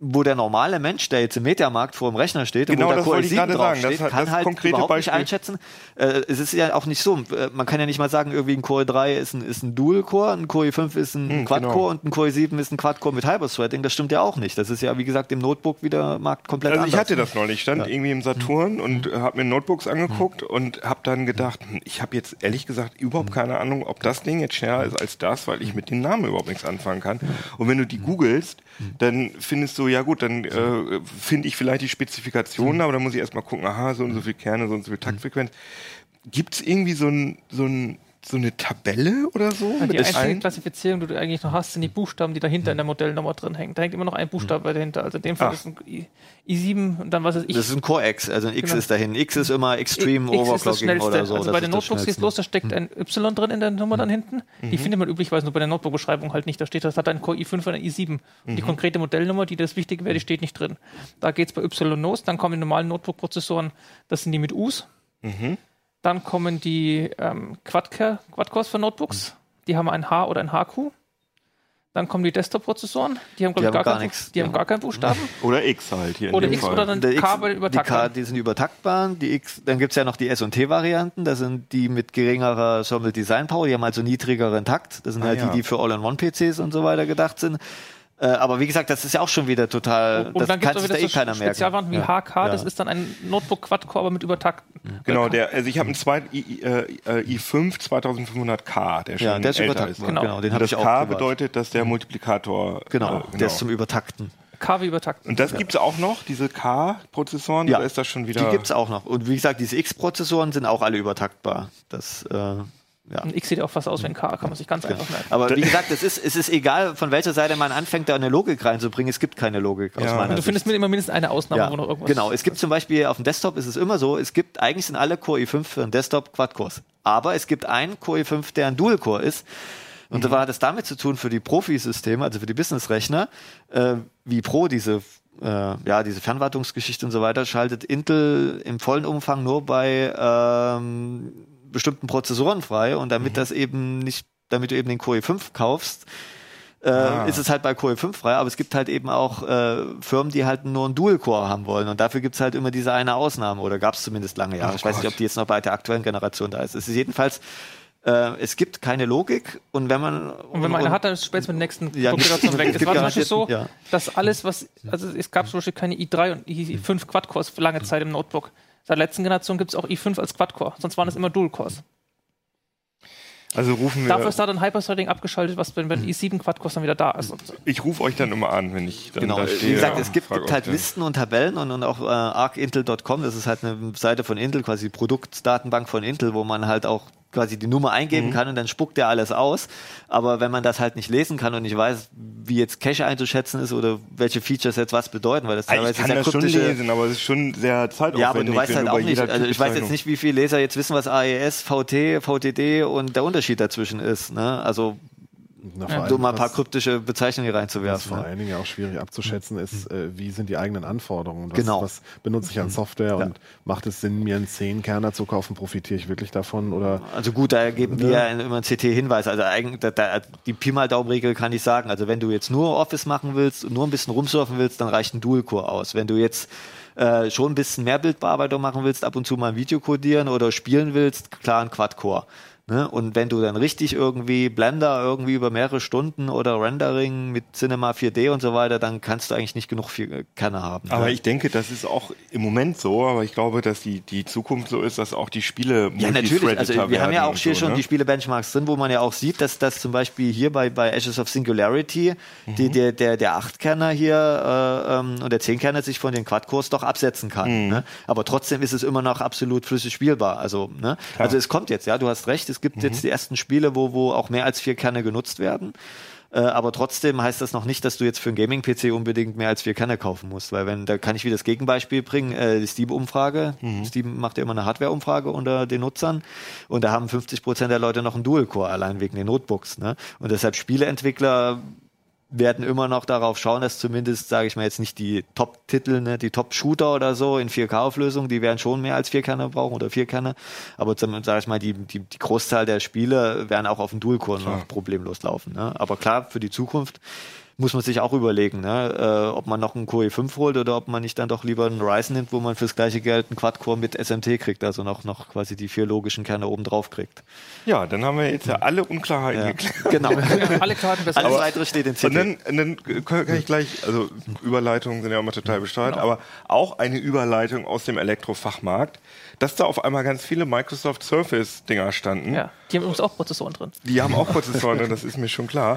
C: wo der normale Mensch, der jetzt im Mediamarkt vor dem Rechner steht und
A: Genau,
C: wo der
A: das
C: Core
A: wollte
C: i
A: ich gerade
C: sieben
A: sagen.
C: draufsteht,
A: Das-
C: kann
A: das
C: halt
A: konkrete
C: überhaupt
A: Beispiel-
C: nicht einschätzen. Äh, es ist ja auch nicht so. Äh, man kann ja nicht mal sagen, irgendwie ein Core i drei ist ein, ist ein Dual-Core, ein Core i fünf ist ein
A: Hm,
C: Quad-Core
A: genau.
C: und ein Core i sieben ist ein Quad-Core mit Hyper-Threading. Das stimmt ja auch nicht. Das ist ja, wie gesagt, im Notebook wieder Markt komplett
A: Also
C: anders.
A: ich hatte das neulich, stand
C: Ja.
A: irgendwie im Saturn und äh, habe mir Notebooks angeguckt und habe dann gedacht, hm, ich habe jetzt ehrlich gesagt überhaupt keine Ahnung, ob das Ding jetzt schneller ist als das, weil ich mit den Namen überhaupt nichts anfangen kann. Und wenn du die googelst, dann findest du, ja gut, dann äh, finde ich vielleicht die Spezifikationen, aber dann muss ich erstmal gucken, aha, so und so viel Kerne, so und so viel Taktfrequenz. Gibt es irgendwie so ein, so ein so eine Tabelle oder so?
D: Ja, die
A: mit
D: einzige
A: allen?
D: Klassifizierung, die du eigentlich noch hast, sind die Buchstaben, die dahinter in der Modellnummer drin hängen. Da hängt immer noch ein Buchstabe dahinter. Also in dem Fall
A: Ach.
D: ist ein I- i sieben und dann was ist ich.
C: Das ist ein Core X, also ein X
D: Genau.
C: ist dahin. X ist immer Extreme
D: X ist das
C: Overclocking
D: schnellste.
C: oder so.
D: Also
C: Das
D: bei
C: ist
D: den
C: das
D: Notebooks geht's
C: Schnellste.
D: los, da steckt ein Y drin in der Nummer dann hinten. Die findet man üblicherweise nur bei der Notebook-Beschreibung halt nicht. Da steht, das hat ein Core i fünf oder ein i sieben. Und die konkrete Modellnummer, die das Wichtige wäre, die steht nicht drin. Da geht's bei Y los, dann kommen die normalen Notebook-Prozessoren, das sind die mit U's. Dann kommen die ähm, Quad-Core- Quad-Cores für Notebooks. Die haben ein H oder ein H Q. Dann kommen die Desktop-Prozessoren. Die haben, glaub
C: Die
D: ich,
C: haben
D: gar,
C: gar
D: keinen
C: nichts.
D: Bu- die haben gar keinen Buchstaben.
A: Oder X halt hier in
D: Oder
A: dem
D: X
A: Fall.
D: oder dann
C: Der X,
D: K bei
C: die
D: übertaktbar.
C: K, die sind übertaktbar, die X, dann gibt's ja noch die S und T-Varianten, das sind die mit geringerer Ensemble Design Power, die haben also niedrigeren Takt, das sind
A: Ah,
C: halt
A: ja.
C: die, die für All-in-One-P Cs und so weiter gedacht sind. Äh, aber wie gesagt, das ist ja auch schon wieder total,
D: Und
C: das
D: dann gibt
C: kann
D: es
C: sich
D: wieder
C: da eh
D: so
C: keiner merken.
D: Spezialvarianten wie
C: Ja.
D: H K,
C: Ja.
D: das ist dann ein Notebook Quad-Core, aber mit Übertakten.
A: Genau, der, also ich habe einen zweiten I, äh, äh, i fünf zweitausendfünfhundert K, der schon
C: Ja, der ist
A: älter
C: übertaktet.
A: ist.
C: Genau,
D: Genau.
C: den
A: Und
C: habe
A: das
C: ich auch
A: K
C: privat.
A: bedeutet, dass der Multiplikator...
C: Genau,
A: äh,
C: der ist zum Übertakten.
D: K wie Übertakten.
A: Und das gibt's auch noch, diese K-Prozessoren,
C: Ja,
A: oder ist das schon wieder...
C: Die gibt's auch noch. Und wie gesagt, diese X-Prozessoren sind auch alle übertaktbar. Das, äh, ja.
D: Ein X sieht auch fast aus wie ein K, kann man sich ganz einfach merken.
C: Aber wie gesagt, es ist, es ist egal, von welcher Seite man anfängt, da eine Logik reinzubringen. Es gibt keine Logik aus
A: Ja.
C: meiner
D: Und du
C: Sicht.
D: findest mit immer mindestens eine Ausnahme,
C: Ja,
D: wo noch irgendwas...
C: genau. Es gibt zum Beispiel auf dem Desktop ist es immer so, es gibt, eigentlich sind alle Core i fünf für den Desktop Quad-Cores. Aber es gibt einen Core i fünf, der ein Dual-Core ist. Und
A: Mhm.
C: da hat es damit zu tun für die Profi-Systeme, also für die Business-Rechner, äh, wie Pro diese, äh, ja, diese Fernwartungsgeschichte und so weiter, schaltet Intel im vollen Umfang nur bei ähm, bestimmten Prozessoren frei. Und damit
A: Mhm.
C: das eben nicht, damit du eben den Core i fünf kaufst, äh,
A: Ah.
C: ist es halt bei Core i fünf frei, aber es gibt halt eben auch äh, Firmen, die halt nur einen Dual-Core haben wollen und dafür gibt's halt immer diese eine Ausnahme oder gab's zumindest lange Jahre.
A: Oh
C: ich weiß nicht,
A: Gott.
C: ob die jetzt noch bei der aktuellen Generation da ist. Es ist jedenfalls, äh, es gibt keine Logik und wenn man...
D: Und wenn man eine hat, dann ist spätestens mit der nächsten
C: Ja,
D: Konfiguration weg.
C: es
D: Es
C: gibt
D: war zum Beispiel
C: garantiert-
D: so,
C: ja.
D: dass alles, was... Also es gab zum Beispiel keine i drei und i fünf Quad-Cores für lange Zeit im Notebook. Seit der letzten Generation gibt es auch i fünf als Quad-Core, sonst waren es immer Dual-Cores.
A: Also rufen wir...
D: Dafür ist da dann Hyper-Threading abgeschaltet, was wenn, wenn i sieben Quad-Cores dann wieder da ist. Und so.
A: Ich rufe euch dann immer an, wenn ich dann
C: Genau,
A: da
C: wie
A: stehe
C: gesagt,
A: und
C: es gibt,
A: frag
C: gibt
A: euch
C: halt
A: dann.
C: Listen und Tabellen und, und auch äh, arc intel Punkt com, das ist halt eine Seite von Intel, quasi die Produktdatenbank von Intel, wo man halt auch quasi die Nummer eingeben
A: Mhm.
C: kann und dann spuckt der alles aus. Aber wenn man das halt nicht lesen kann und nicht weiß, wie jetzt Cache einzuschätzen ist oder welche Features jetzt was bedeuten, weil das
A: Ah,
C: teilweise
A: ich kann
C: sehr
A: das schon
C: kryptische...
A: lesen, aber es ist schon sehr zeitaufwendig.
C: Ja, aber du weißt
A: wenn
C: halt
A: bei
C: auch nicht,
A: jeder
C: also ich weiß jetzt
A: Typbezeichnung-
C: nicht, wie viele Leser jetzt wissen, was A E S, V T, V T D und der Unterschied dazwischen ist. Ne? Also
E: Na, vor
C: so
E: allem,
C: mal ein paar
E: was-
C: kryptische Bezeichnungen hier
E: Was
C: reinzuwerfen.
E: vor
C: Ne?
E: allen Dingen ja auch schwierig abzuschätzen ist, äh, wie sind die eigenen Anforderungen? Was,
C: Genau.
E: was benutze ich an Software und macht es Sinn, mir einen zehn-Kerner zu kaufen? Profitiere ich wirklich davon? Oder
C: Also gut, da geben wir
E: Ja.
C: ja immer einen C T-Hinweis. Also eigentlich, da, da, die Pi mal Daumen-Regel kann ich sagen. Also wenn du jetzt nur Office machen willst und nur ein bisschen rumsurfen willst, dann reicht ein Dual-Core aus. Wenn du jetzt äh, schon ein bisschen mehr Bildbearbeitung machen willst, ab und zu mal ein Video codieren oder spielen willst, klar ein Quad-Core. Ne? Und wenn du dann richtig irgendwie Blender irgendwie über mehrere Stunden oder Rendering mit Cinema vier D und so weiter, dann kannst du eigentlich nicht genug viel Kerne haben.
A: Aber
C: ne?
A: ich denke, das ist auch im Moment so, aber ich glaube, dass die, die Zukunft so ist, dass auch die Spiele
C: Ja, natürlich. Also wir haben ja auch hier
A: so,
C: schon
A: ne?
C: die Spiele-Benchmarks drin, wo man ja auch sieht, dass das zum Beispiel hier bei, bei Ashes of Singularity
A: Mhm.
C: die, der, der, der acht-Kerner hier äh, ähm, und der zehn-Kerner sich von den Quad-Cores doch absetzen kann.
A: Mhm.
C: Ne? Aber trotzdem ist es immer noch absolut flüssig spielbar. Also, ne? also es kommt jetzt, ja, du hast recht, es gibt
A: Mhm.
C: jetzt die ersten Spiele, wo, wo auch mehr als vier Kerne genutzt werden. Äh, aber trotzdem heißt das noch nicht, dass du jetzt für einen Gaming-P C unbedingt mehr als vier Kerne kaufen musst, weil wenn, da kann ich wieder das Gegenbeispiel bringen, äh, die Steam-Umfrage.
A: Mhm.
C: Steam macht ja immer eine Hardware-Umfrage unter den Nutzern und da haben fünfzig Prozent der Leute noch einen Dual-Core, allein wegen den Notebooks. Ne? Und deshalb Spieleentwickler werden immer noch darauf schauen, dass zumindest, sage ich mal jetzt nicht die Top-Titel, ne, die Top-Shooter oder so in vier K-Auflösung, die werden schon mehr als vier Kerne brauchen oder vier Kerne, aber sage ich mal, die, die, die Großzahl der Spiele werden auch auf dem Dual-Core noch problemlos laufen. Ne? Aber klar, für die Zukunft muss man sich auch überlegen, ne? äh, ob man noch einen Core i fünf holt oder ob man nicht dann doch lieber einen Ryzen nimmt, wo man fürs gleiche Geld einen Quad-Core mit S M T kriegt, also noch, noch quasi die vier logischen Kerne oben drauf kriegt.
A: Ja, dann haben wir jetzt ja alle Unklarheiten
C: Ja.
A: geklärt.
C: Genau.
D: Alle Karten besser.
C: Alles weitere steht in C
A: Und
C: T.
A: dann, und dann kann ich gleich, also Überleitungen sind ja immer total besteuert, aber auch eine Überleitung aus dem Elektrofachmarkt, dass da auf einmal ganz viele Microsoft Surface-Dinger standen.
D: Ja, die haben übrigens auch Prozessoren drin.
A: Die haben auch Prozessoren drin, das ist mir schon klar.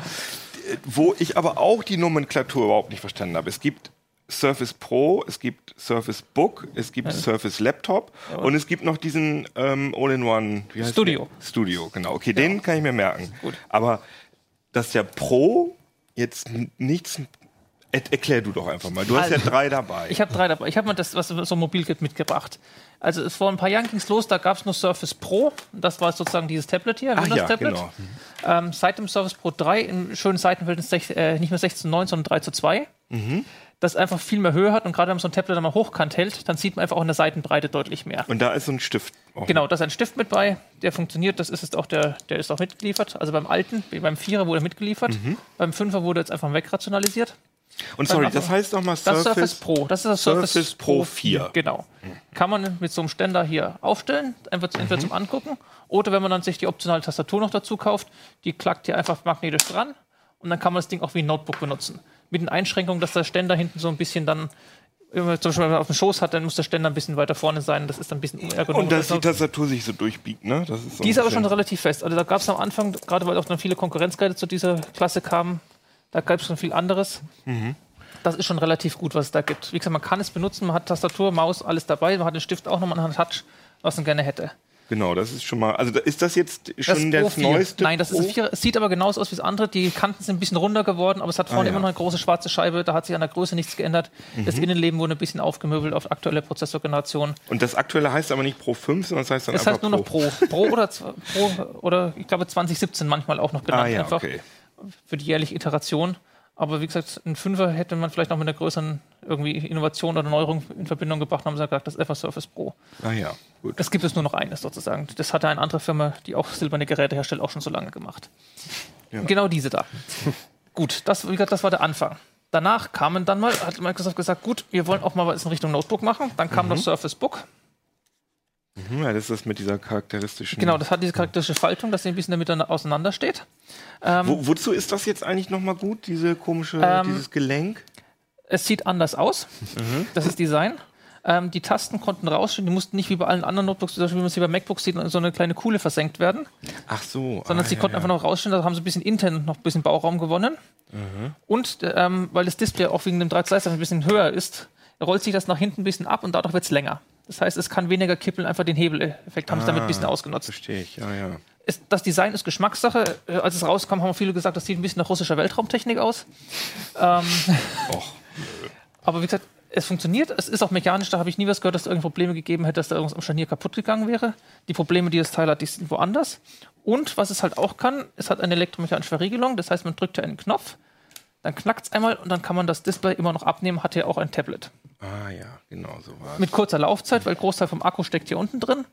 A: Wo ich aber auch die Nomenklatur überhaupt nicht verstanden habe. Es gibt Surface Pro, es gibt Surface Book, es gibt
D: Ja.
A: Surface Laptop
D: Ja.
A: und es gibt noch diesen ähm, All-in-One wie heißt
D: Studio.
A: der? Studio, genau. Okay, den kann ich mir merken.
D: Gut.
A: Aber dass der Pro jetzt n- nichts... Er, erklär du doch einfach mal. Du hast
D: Also,
A: ja drei dabei.
D: Ich habe drei dabei. Ich habe mal das, was so ein Mobilkit mitgebracht. Also es, vor ein paar Jahren ging es los, da gab es nur Surface Pro. Das war sozusagen dieses Tablet hier,
A: Ach
D: Windows
A: ja,
D: Tablet.
A: genau.
D: Ähm, seit dem Surface Pro drei in schönen Seitenverhältnis sech- äh, nicht mehr sechzehn zu neun, sondern drei zu zwei.
A: Mhm.
D: Das einfach viel mehr Höhe hat und gerade wenn man so ein Tablet dann mal hochkant hält, dann sieht man einfach auch in der Seitenbreite deutlich mehr.
A: Und da ist so ein Stift. Auch
D: Genau, da ist ein Stift mit bei, der funktioniert, das ist jetzt auch der, der ist auch mitgeliefert. Also beim alten, wie beim Vierer wurde mitgeliefert,
A: Mhm.
D: beim Fünfer wurde jetzt einfach wegrationalisiert.
A: Und sorry, das heißt nochmal
D: Das Surface,
A: Surface...
D: Pro, das ist das
A: Surface
D: Surface,
A: Pro
D: Pro
A: vier.
D: vier. Genau. Kann man mit so einem Ständer hier aufstellen, einfach entweder zum Angucken oder wenn man dann sich die optionale Tastatur noch dazu kauft, die klackt hier einfach magnetisch dran und dann kann man das Ding auch wie ein Notebook benutzen. Mit den Einschränkungen, dass der Ständer hinten so ein bisschen dann, wenn man zum Beispiel auf dem Schoß hat, dann muss der Ständer ein bisschen weiter vorne sein, das ist dann ein bisschen unergonomisch.
A: Und dass die Tastatur sich so durchbiegt, ne? Das ist so
D: Die
A: ein
D: ist aber schon
A: bisschen-
D: relativ fest. Also da gab es am Anfang, gerade weil auch dann viele Konkurrenzgeräte zu dieser Klasse kamen, da gab es schon viel anderes. Das ist schon relativ gut, was es da gibt. Wie gesagt, man kann es benutzen, man hat Tastatur, Maus, alles dabei, man hat den Stift auch nochmal, man hat Touch, was man gerne hätte.
A: Genau, das ist schon mal... Also da- ist das jetzt
D: Das
A: schon
D: Pro
A: das
D: vier.
A: neueste
D: Nein, das
A: Pro?
D: ist vier. Es sieht aber genauso aus wie das andere. Die Kanten sind ein bisschen runder geworden, aber es hat vorne
A: Ah, ja.
D: immer noch eine große schwarze Scheibe. Da hat sich an der Größe nichts geändert. Das Innenleben wurde ein bisschen aufgemöbelt auf aktuelle Prozessorgeneration.
A: Und das aktuelle heißt aber nicht Pro fünf, sondern das heißt dann
D: Das
A: einfach
D: heißt nur noch Pro. Pro oder, z- Pro oder ich glaube zwanzig siebzehn manchmal auch noch benannt.
A: Ah ja,
D: einfach
A: okay.
D: für die jährliche Iteration. Aber wie gesagt, ein Fünfer hätte man vielleicht noch mit einer größeren irgendwie Innovation oder Neuerung in Verbindung gebracht und haben sie gesagt, das ist einfach Surface Pro.
A: Ah ja, gut.
D: Es gibt es nur noch eines sozusagen. Das hatte eine andere Firma, die auch silberne Geräte herstellt, auch schon so lange gemacht.
A: Ja.
D: Genau diese da. Gut, das, wie gesagt, das war der Anfang. Danach kamen dann mal, hat Microsoft gesagt, gut, wir wollen auch mal was in Richtung Notebook machen. Dann kam das Surface Book.
A: Mhm, ja, das ist das mit dieser charakteristischen...
D: Genau, das hat diese charakteristische Faltung, dass sie ein bisschen damit dann auseinander steht. Ähm,
A: Wo, wozu ist das jetzt eigentlich nochmal gut, diese komische,
D: Ähm,
A: dieses Gelenk?
D: Es sieht anders aus. Das ist Design. Ähm, die Tasten konnten rausstehen. Die mussten nicht wie bei allen anderen Notebooks, zum Beispiel, wie man sie bei MacBooks sieht, in so eine kleine Kuhle versenkt werden,
A: Ach so.
D: sondern
A: ah,
D: sie
A: ja,
D: konnten
A: ja.
D: einfach noch rausstehen. Da haben sie ein bisschen intern noch ein bisschen Bauraum gewonnen. Und ähm, weil das Display auch wegen dem drei zwei ein bisschen höher ist, rollt sich das nach hinten ein bisschen ab und dadurch wird es länger. Das heißt, es kann weniger kippeln, einfach den Hebeleffekt haben sie damit ein bisschen ausgenutzt.
A: Verstehe ich, ja, ja.
D: Ist, das Design ist Geschmackssache. Äh, als es rauskam, haben viele gesagt, das sieht ein bisschen nach russischer Weltraumtechnik aus. Ähm,
A: Och.
D: aber wie gesagt, es funktioniert. Es ist auch mechanisch. Da habe ich nie was gehört, dass es irgendwelche Probleme gegeben hätte, dass da irgendwas am Scharnier kaputt gegangen wäre. Die Probleme, die das Teil hat, die sind woanders. Und was es halt auch kann, es hat eine elektromechanische Verriegelung. Das heißt, man drückt hier einen Knopf, dann knackt es einmal und dann kann man das Display immer noch abnehmen. Hat hier auch ein Tablet.
A: Ah ja, genau so war
D: Mit kurzer Laufzeit, weil Großteil vom Akku steckt hier unten drin.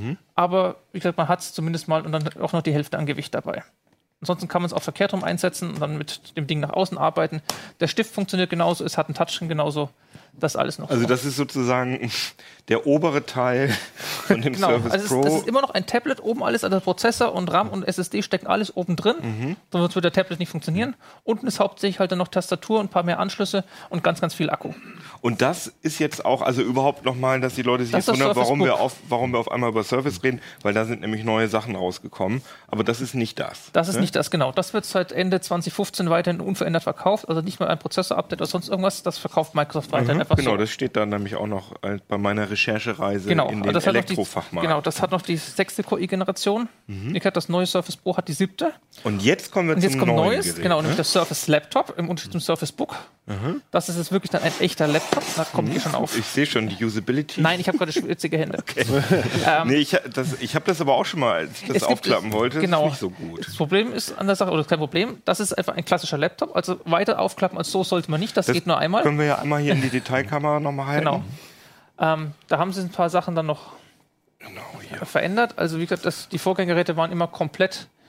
D: Aber wie gesagt, man hat es zumindest mal und dann auch noch die Hälfte an Gewicht dabei. Ansonsten kann man es auch verkehrt rum einsetzen und dann mit dem Ding nach außen arbeiten. Der Stift funktioniert genauso, es hat einen Touchscreen genauso. Das alles noch.
A: Also
D: so.
A: das ist sozusagen der obere Teil von dem
D: Genau,
A: Surface
D: also es,
A: Pro.
D: ist, es ist immer noch ein Tablet, oben alles, also Prozessor und RAM und S S D stecken alles oben drin,
A: Mhm.
D: sonst wird der Tablet nicht funktionieren. Unten ist hauptsächlich halt dann noch Tastatur und ein paar mehr Anschlüsse und ganz, ganz viel Akku.
A: Und das ist jetzt auch, also überhaupt nochmal, dass die Leute sich
D: Das
A: jetzt
D: ist das
A: wundern, warum
D: Surface
A: wir,
D: Book.
A: auf, warum wir auf einmal über Surface reden, weil da sind nämlich neue Sachen rausgekommen. Aber das ist nicht das.
D: Das ist
A: ne?
D: nicht das, genau. Das wird seit Ende zwanzig fünfzehn weiterhin unverändert verkauft, also nicht mal ein Prozessor-Update oder sonst irgendwas, das verkauft Microsoft weiterhin
A: Mhm,
D: einfach
A: genau,
D: so.
A: das steht da nämlich auch noch äh, bei meiner Recherchereise
D: Genau,
A: in
D: also
A: den
D: das hat noch die,
A: Elektrofachmarkt.
D: genau, das hat noch die sechste Core i-Generation.
A: Mhm.
D: Ich hatte das neue Surface Pro hat die siebte.
A: Und jetzt kommen wir
D: Und
A: zum
D: jetzt kommt
A: neuen
D: Neues,
A: Gerät,
D: genau,
A: ne?
D: nämlich das Surface Laptop im Unterschied zum Surface Book. Das ist jetzt wirklich dann ein echter Laptop. Da kommt ihr schon auf.
A: Ich sehe schon die Usability.
D: Nein, ich habe gerade schwitzige Hände. Ähm,
A: Nee, ich, das, ich habe das aber auch schon mal, als ich das
D: es gibt-
A: aufklappen wollte,
D: genau.
A: das ist nicht so gut.
D: Das Problem ist an der Sache, oder kein Problem, das ist einfach ein klassischer Laptop. Also weiter aufklappen als so sollte man nicht. Das,
A: Das
D: geht nur einmal.
A: Können wir ja einmal hier in die Detailkamera nochmal halten.
D: Genau. Ähm, da haben sie ein paar Sachen dann noch
A: Genau, hier.
D: verändert. Also wie gesagt, das, die Vorgängergeräte waren immer komplett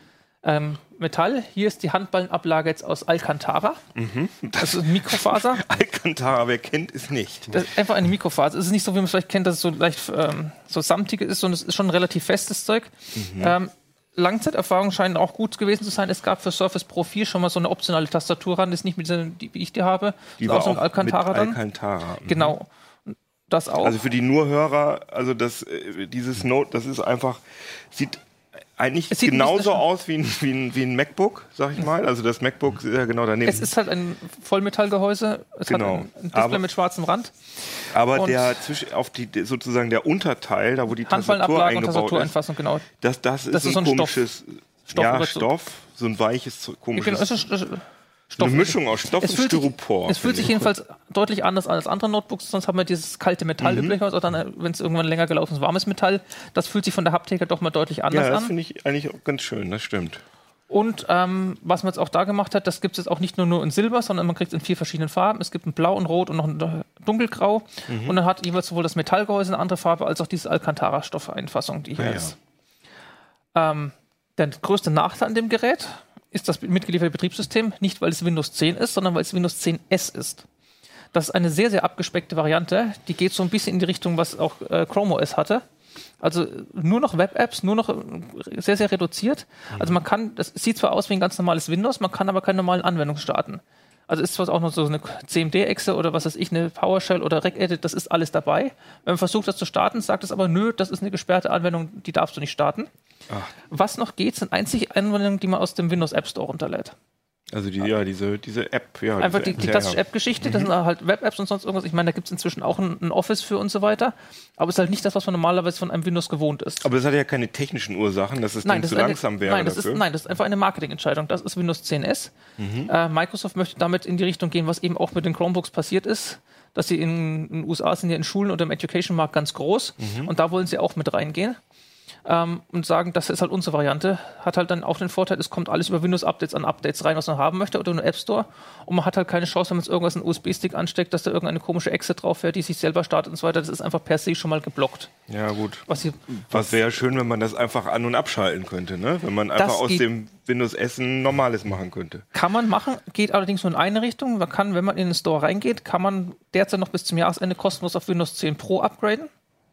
D: Ähm, Metall, hier ist die Handballenablage jetzt aus Alcantara.
A: Mhm.
D: Das ist Mikrofaser.
A: Alcantara, wer kennt es nicht?
D: Das ist einfach eine Mikrofaser. Es ist nicht so, wie man es vielleicht kennt, dass es so leicht ähm, so samtig ist, sondern es ist schon ein relativ festes Zeug. Mhm. Ähm, Langzeiterfahrungen scheinen auch gut gewesen zu sein. Es gab für Surface Pro vier schon mal so eine optionale Tastatur ran, das ist nicht mit dieser, die, wie ich die habe.
A: Die
D: das
A: war
D: auch so ein
A: auch
D: Alcantara
A: mit
D: dann.
A: Alcantara. Mhm.
D: Genau. Das auch.
A: Also für die Nurhörer, also das, äh, dieses Note, das ist einfach, sieht eigentlich
D: Es sieht ein
A: genauso
D: bisschen-
A: aus wie ein, wie, ein, wie ein MacBook, sag ich mal. Also das MacBook ist ja genau daneben.
D: Es ist halt ein Vollmetallgehäuse. Es
A: Genau.
D: hat ein, ein Display
A: Aber-
D: mit schwarzem Rand.
A: Aber
D: und-
A: der zwischen, auf die, sozusagen der Unterteil, da wo die Tastatur
D: Handballenablage und
A: eingebaut ist,
D: Tastatureinfassung, genau.
A: das, das ist
D: Das ist
A: so ein
D: so ein
A: komisches
D: Stoff
A: ja,
D: über-
A: Stoff, so ein weiches, komisches,
D: Genau, es ist, es ist
A: so eine
D: Stoff.
A: Mischung aus Stoff
D: Es
A: und
D: fühlt sich-
A: Styropor.
D: Es fühlt sich
A: finde ich.
D: jedenfalls deutlich anders an als andere Notebooks, sonst haben wir dieses kalte Metall
A: Mhm.
D: üblicherweise, oder dann, wenn es irgendwann länger gelaufen ist, warmes Metall. Das fühlt sich von der Haptik her doch mal deutlich anders
A: Ja, das
D: an.
A: finde ich eigentlich auch ganz schön, das stimmt.
D: Und ähm, was man jetzt auch da gemacht hat, das gibt es jetzt auch nicht nur, nur in Silber, sondern man kriegt es in vier verschiedenen Farben. Es gibt ein Blau, ein Rot und noch ein Dunkelgrau.
A: Mhm.
D: Und dann hat jeweils sowohl das Metallgehäuse eine andere Farbe, als auch diese Alcantara-Stoffeinfassung, die hier
A: Ja, ja.
D: ist. Ähm, der größte Nachteil an dem Gerät ist das mitgelieferte Betriebssystem, nicht weil es Windows zehn ist, sondern weil es Windows zehn S ist. Das ist eine sehr, sehr abgespeckte Variante. Die geht so ein bisschen in die Richtung, was auch äh, Chrome O S hatte. Also nur noch Web-Apps, nur noch äh, sehr, sehr reduziert. Also man kann, das sieht zwar aus wie ein ganz normales Windows, man kann aber keine normalen Anwendungen starten. Also ist zwar auch noch so eine C M D-Exe oder was weiß ich, eine PowerShell oder Regedit, das ist alles dabei. Wenn man versucht, das zu starten, sagt es aber, nö, das ist eine gesperrte Anwendung, die darfst du nicht starten.
A: Ach.
D: Was noch geht, sind einzig Anwendungen, die man aus dem Windows App Store runterlädt.
A: Also die, ja, diese, diese App, ja.
D: Einfach die,
A: diese
D: die
A: ja,
D: klassische
A: ja.
D: App-Geschichte, das sind halt Web-Apps und sonst irgendwas. Ich meine, da gibt es inzwischen auch ein, ein Office für und so weiter. Aber es ist halt nicht das, was man normalerweise von einem Windows gewohnt ist.
A: Aber das hat ja keine technischen Ursachen, dass es dann
D: das
A: zu
D: ist eine-
A: langsam wäre
D: nein, das
A: dafür.
D: ist, nein, das ist einfach eine Marketingentscheidung. Das ist Windows zehn S.
A: Mhm.
D: Äh, Microsoft möchte damit in die Richtung gehen, was eben auch mit den Chromebooks passiert ist, dass sie in den U S A sind ja in Schulen oder im Education-Markt ganz groß
A: Mhm.
D: und da wollen sie auch mit reingehen. Ähm, und sagen, das ist halt unsere Variante. Hat halt dann auch den Vorteil, es kommt alles über Windows-Updates an Updates rein, was man haben möchte, oder in den App Store. Und man hat halt keine Chance, wenn man jetzt irgendwas in einen U S B-Stick ansteckt, dass da irgendeine komische Exe drauf wäre, die sich selber startet und so weiter. Das ist einfach per se schon mal geblockt.
A: Ja, gut.
D: Was hier,
A: Was wäre schön, wenn man das einfach an- und abschalten könnte, ne? Wenn man einfach
D: Das
A: aus
D: geht-
A: dem Windows S ein normales machen könnte.
D: Kann man machen, geht allerdings nur in eine Richtung. Man kann, wenn man in den Store reingeht, kann man derzeit noch bis zum Jahresende kostenlos auf Windows zehn Pro upgraden.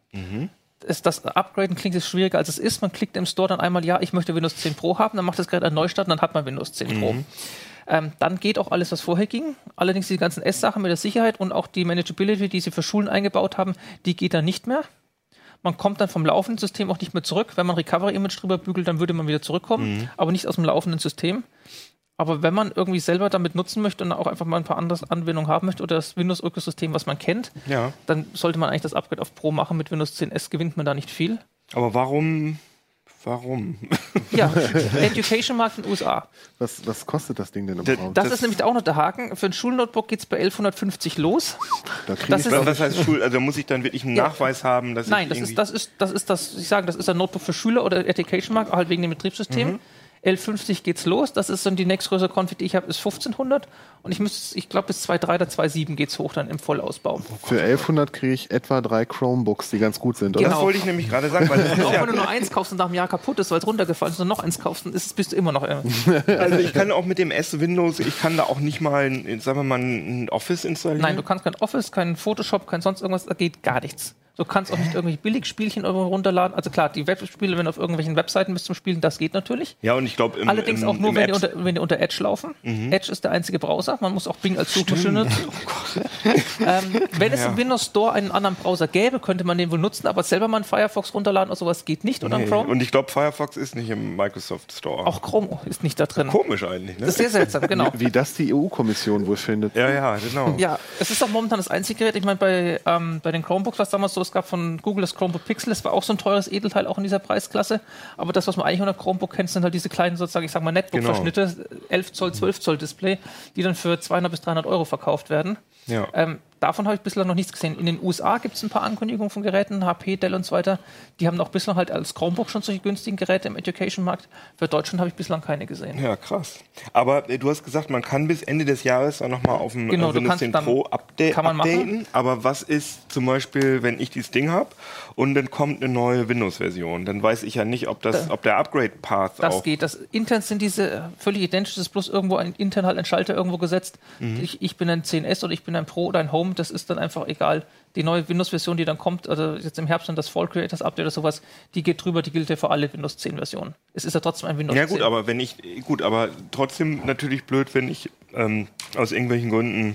D: Ist das Upgraden klingt jetzt schwieriger, als es ist. Man klickt im Store dann einmal, ja, ich möchte Windows zehn Pro haben, dann macht das Gerät einen Neustart und dann hat man Windows zehn Pro. Ähm, dann geht auch alles, was vorher ging. Allerdings die ganzen S-Sachen mit der Sicherheit und auch die Manageability, die sie für Schulen eingebaut haben, die geht dann nicht mehr. Man kommt dann vom laufenden System auch nicht mehr zurück. Wenn man Recovery-Image drüber bügelt, dann würde man wieder zurückkommen, aber nicht aus dem laufenden System. Aber wenn man irgendwie selber damit nutzen möchte und auch einfach mal ein paar andere Anwendungen haben möchte oder das Windows-Ökosystem, was man kennt,
A: Ja.
D: dann sollte man eigentlich das Upgrade auf Pro machen. Mit Windows zehn S gewinnt man da nicht viel.
A: Aber warum? Warum?
D: Ja, Education-Markt in den U S A.
E: Was, was kostet das Ding denn im
A: Das-
E: Raum?
D: Das,
A: Das-
D: ist nämlich auch noch der Haken. Für ein Schulnotebook geht es bei elfhundertfünfzig los.
E: Da krieg
D: das
E: ich
D: ist-
E: glaub
A: Was heißt Schul? Also da muss ich dann wirklich einen
D: Ja.
A: Nachweis haben, dass
D: Nein,
A: ich
D: das
A: irgendwie
D: ist, das ist, das ist das, ich sage, das ist ein Notebook für Schüler oder Education-Markt, halt wegen dem Betriebssystem. elf fünfzig geht's los. Das ist dann die nächstgrößere Config, die ich habe, ist fünfzehnhundert. Und ich müsste, ich glaube, bis zwei Komma drei oder zwei Komma sieben geht's hoch dann im Vollausbau.
E: Für elfhundert kriege ich etwa drei Chromebooks, die ganz gut sind, oder?
A: das
D: Genau.
A: wollte ich nämlich gerade sagen, weil das ist
D: Auch
A: ja,
D: wenn du nur eins kaufst und nach einem Jahr kaputt ist, weil es runtergefallen ist und noch eins kaufst, dann ist, es- bist du immer noch. Äh,
A: also ich kann auch mit dem S-Windows, ich kann da auch nicht mal, ein, sagen wir mal, ein Office installieren.
D: Nein, du kannst kein Office, kein Photoshop, kein sonst irgendwas, da geht gar nichts. Du kannst auch nicht irgendwelche Billigspielchen irgendwo runterladen. Also klar, die Webspiele, wenn du auf irgendwelchen Webseiten bist zum Spielen, das geht natürlich.
A: Ja, und ich glaube im
D: Allerdings
A: im,
D: auch nur,
A: im
D: wenn die,
A: Apps-
D: unter, wenn die unter Edge laufen. Edge ist der einzige Browser. Man muss auch Bing als Suchmaschine. ähm, wenn es im Windows Store einen anderen Browser gäbe, könnte man den wohl nutzen, aber selber mal einen Firefox runterladen oder sowas geht nicht oder
A: Nee.
D: ein Chrome.
A: Und ich glaube, Firefox ist nicht im Microsoft Store.
D: Auch Chrome ist nicht da drin.
A: Komisch eigentlich, ne?
D: Das ist sehr seltsam, genau.
E: Wie das die E U-Kommission wohl findet.
A: Ja, ja, genau.
D: Ja, es ist auch momentan das einzige Gerät. Ich meine, bei, ähm, bei den Chromebooks, was damals so es gab von Google, das Chromebook Pixel, das war auch so ein teures Edelteil, auch in dieser Preisklasse. Aber das, was man eigentlich unter Chromebook kennt, sind halt diese kleinen, sozusagen, ich sag mal, Netbook-Verschnitte, elf Zoll, zwölf Zoll Display, die dann für zweihundert bis dreihundert Euro verkauft werden.
A: Ja.
D: Ähm, davon habe ich bislang noch nichts gesehen. In den U S A gibt es ein paar Ankündigungen von Geräten, H P, Dell und so weiter. Die haben auch bislang halt als Chromebook schon solche günstigen Geräte im Education-Markt. Für Deutschland habe ich bislang keine gesehen.
A: Ja, krass. Aber äh, du hast gesagt, man kann bis Ende des Jahres dann nochmal auf dem
D: Genau,
A: äh, Windows zehn Pro update,
D: kann man
A: updaten.
D: machen.
A: Aber was ist zum Beispiel, wenn ich dieses Ding habe und dann kommt eine neue Windows-Version? Dann weiß ich ja nicht, ob, das, ob der Upgrade-Path
D: Das
A: auch...
D: geht. Das, intern sind diese völlig identisch. Das ist bloß irgendwo ein, intern halt ein Schalter irgendwo gesetzt.
A: Mhm.
D: Ich, ich bin ein zehn S oder ich bin ein Pro oder ein Home. Das ist dann einfach egal. Die neue Windows-Version, die dann kommt, also jetzt im Herbst dann das Fall Creators Update oder sowas, die geht drüber, die gilt ja für alle Windows zehn Versionen. Es ist ja trotzdem ein Windows
A: Ja gut,
D: zehn.
A: aber wenn ich... Gut, aber trotzdem natürlich blöd, wenn ich ähm, aus irgendwelchen Gründen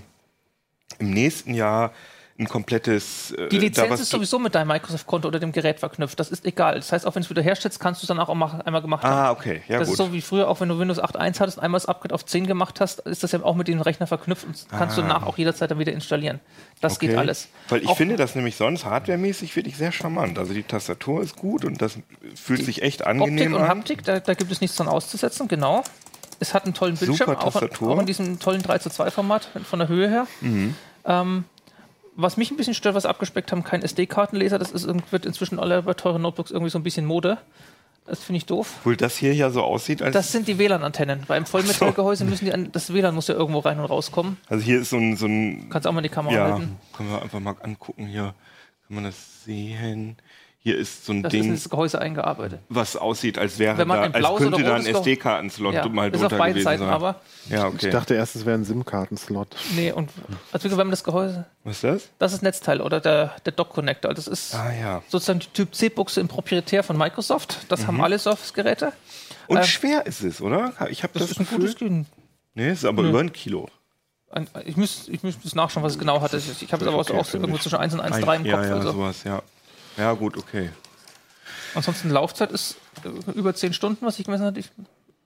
A: im nächsten Jahr ein komplettes... Äh,
D: Die
A: da
D: Lizenz
A: was
D: ist sowieso mit deinem Microsoft-Konto oder dem Gerät verknüpft. Das ist egal. Das heißt, auch wenn du es wieder herstellst, kannst du es dann auch mal, einmal gemacht haben.
A: Ah, okay. Ja,
D: das
A: gut.
D: ist so wie früher, auch wenn du Windows acht Punkt eins hattest, einmal das Upgrade auf zehn gemacht hast, ist das ja auch mit dem Rechner verknüpft und kannst
A: Ah.
D: du nach auch jederzeit dann wieder installieren. Das
A: Okay.
D: geht alles.
A: Weil ich
D: Auch-
A: finde das nämlich sonst hardwaremäßig wirklich sehr charmant. Also die Tastatur ist gut und das fühlt sich echt
D: Optik
A: angenehm
D: und
A: an.
D: Haptik, da, da gibt es nichts dran auszusetzen, genau. Es hat einen tollen Bildschirm,
A: Super
D: auch,
A: Tastatur.
D: auch in diesem tollen drei zu zwei Format von der Höhe her.
A: Mhm.
D: Ähm, was mich ein bisschen stört, was abgespeckt haben, kein S D-Kartenleser, das ist, irgend- wird inzwischen alle bei teuren Notebooks irgendwie so ein bisschen Mode. Das finde ich doof.
A: Obwohl das hier ja so aussieht, als...
D: Das sind die W L A N-Antennen. Beim Vollmetallgehäuse müssen die an, das W L A N muss ja irgendwo rein und rauskommen.
A: also hier ist so ein... So ein
D: Kannst auch mal die Kamera
A: ja,
D: halten.
A: können wir einfach mal angucken. Hier kann man das sehen. Hier ist so ein
D: Das ist
A: Ding,
D: ins Gehäuse eingearbeitet.
A: was aussieht, als wäre
D: Wenn man
A: da,
D: ein
A: als
D: blaues
A: könnte
D: oder
A: da ein
D: rotes Gehäuse-
A: S D-Kartenslot
D: Ja,
A: mal
D: ist auf
A: drunter
D: beiden
A: gewesen
D: Seiten,
A: sein.
D: aber
A: Ja,
E: Ich
A: okay.
E: dachte erst, es wäre ein SIM-Kartenslot.
D: nee, und also wenn man das Gehäuse,
A: Was ist das?
D: das ist Netzteil oder der, der Dock-Connector. Das ist
A: Ah ja.
D: sozusagen die Typ C-Buchse im Proprietär von Microsoft. Das
A: Mhm.
D: haben alle Surface-Geräte.
A: Und
D: Ähm,
A: schwer ist es, oder? Ich habe
D: Das
A: das,
D: ist ein
A: Gefühl...
D: gutes Gefühl.
A: Nee, es ist aber über ein Kilo.
D: Ein, ich müsste ich müsst nachschauen, was es genau hatte. Ich, ich habe es aber
A: Okay,
D: auch so
A: finde
D: irgendwo
A: ich.
D: zwischen eins und eins Komma drei im
A: ja,
D: Kopf.
A: ja,
D: also.
A: sowas, ja. Ja, gut, okay.
D: Ansonsten Laufzeit ist äh, über zehn Stunden, was ich gemessen habe. Ich,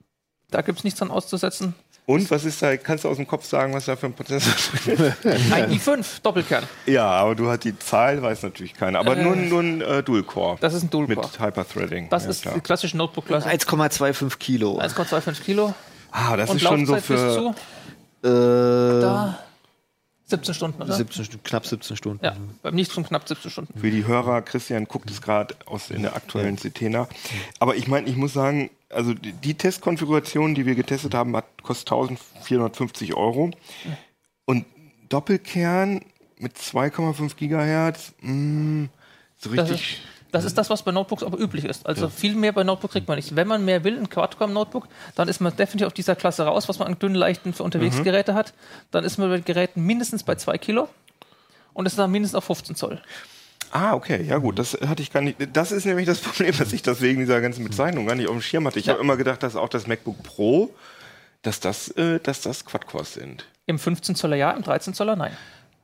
D: da gibt es nichts dran auszusetzen.
A: Und was ist da, kannst du aus dem Kopf sagen, was da für ein Prozessor drin ist?
D: Ein i fünf Doppelkern.
A: Ja, aber du hast die Zahl, weiß natürlich keiner. Aber
D: Äh,
A: nur, ein- nur ein äh, Dual-Core.
D: Das ist ein Dual-Core.
A: Mit Hyper-Threading.
D: Das
A: ja,
D: ist
A: klar.
D: die klassische Notebook-Klasse.
C: eins Komma fünfundzwanzig Kilo.
D: eins Komma fünfundzwanzig Kilo.
A: Ah, das
D: Und
A: ist schon so
D: Laufzeit bis
A: für...
D: zu
C: Äh,
D: da siebzehn Stunden, oder?
C: siebzehn, Stu- knapp siebzehn Stunden.
D: Ja, beim Nicht von knapp siebzehn Stunden.
A: Für die Hörer, Christian guckt es gerade aus in der aktuellen Cetena. Aber ich meine, ich muss sagen, also die, die Testkonfiguration, die wir getestet haben, hat, kostet eintausendvierhundertfünfzig Euro. Und Doppelkern mit zwei Komma fünf Gigahertz, mh, so
D: Das
A: richtig...
D: ist, das ist das, was bei Notebooks aber üblich ist. Also viel mehr bei Notebook kriegt man nicht. Wenn man mehr will, ein Quad-Core-Notebook, dann ist man definitiv auf dieser Klasse raus, was man an dünnen, leichten für unterwegs
A: Mhm.
D: Geräte hat. Dann ist man bei Geräten mindestens bei zwei Kilo und ist dann mindestens auf fünfzehn Zoll.
A: Ah, okay, ja gut, das hatte ich gar nicht. Das ist nämlich das Problem, dass ich das wegen dieser ganzen Bezeichnung gar nicht auf dem Schirm hatte. Ich
D: Ja.
A: habe immer gedacht, dass auch das MacBook Pro, dass das, äh, dass das Quad-Cores sind.
D: Im fünfzehn Zoller ja, im dreizehn Zoller nein.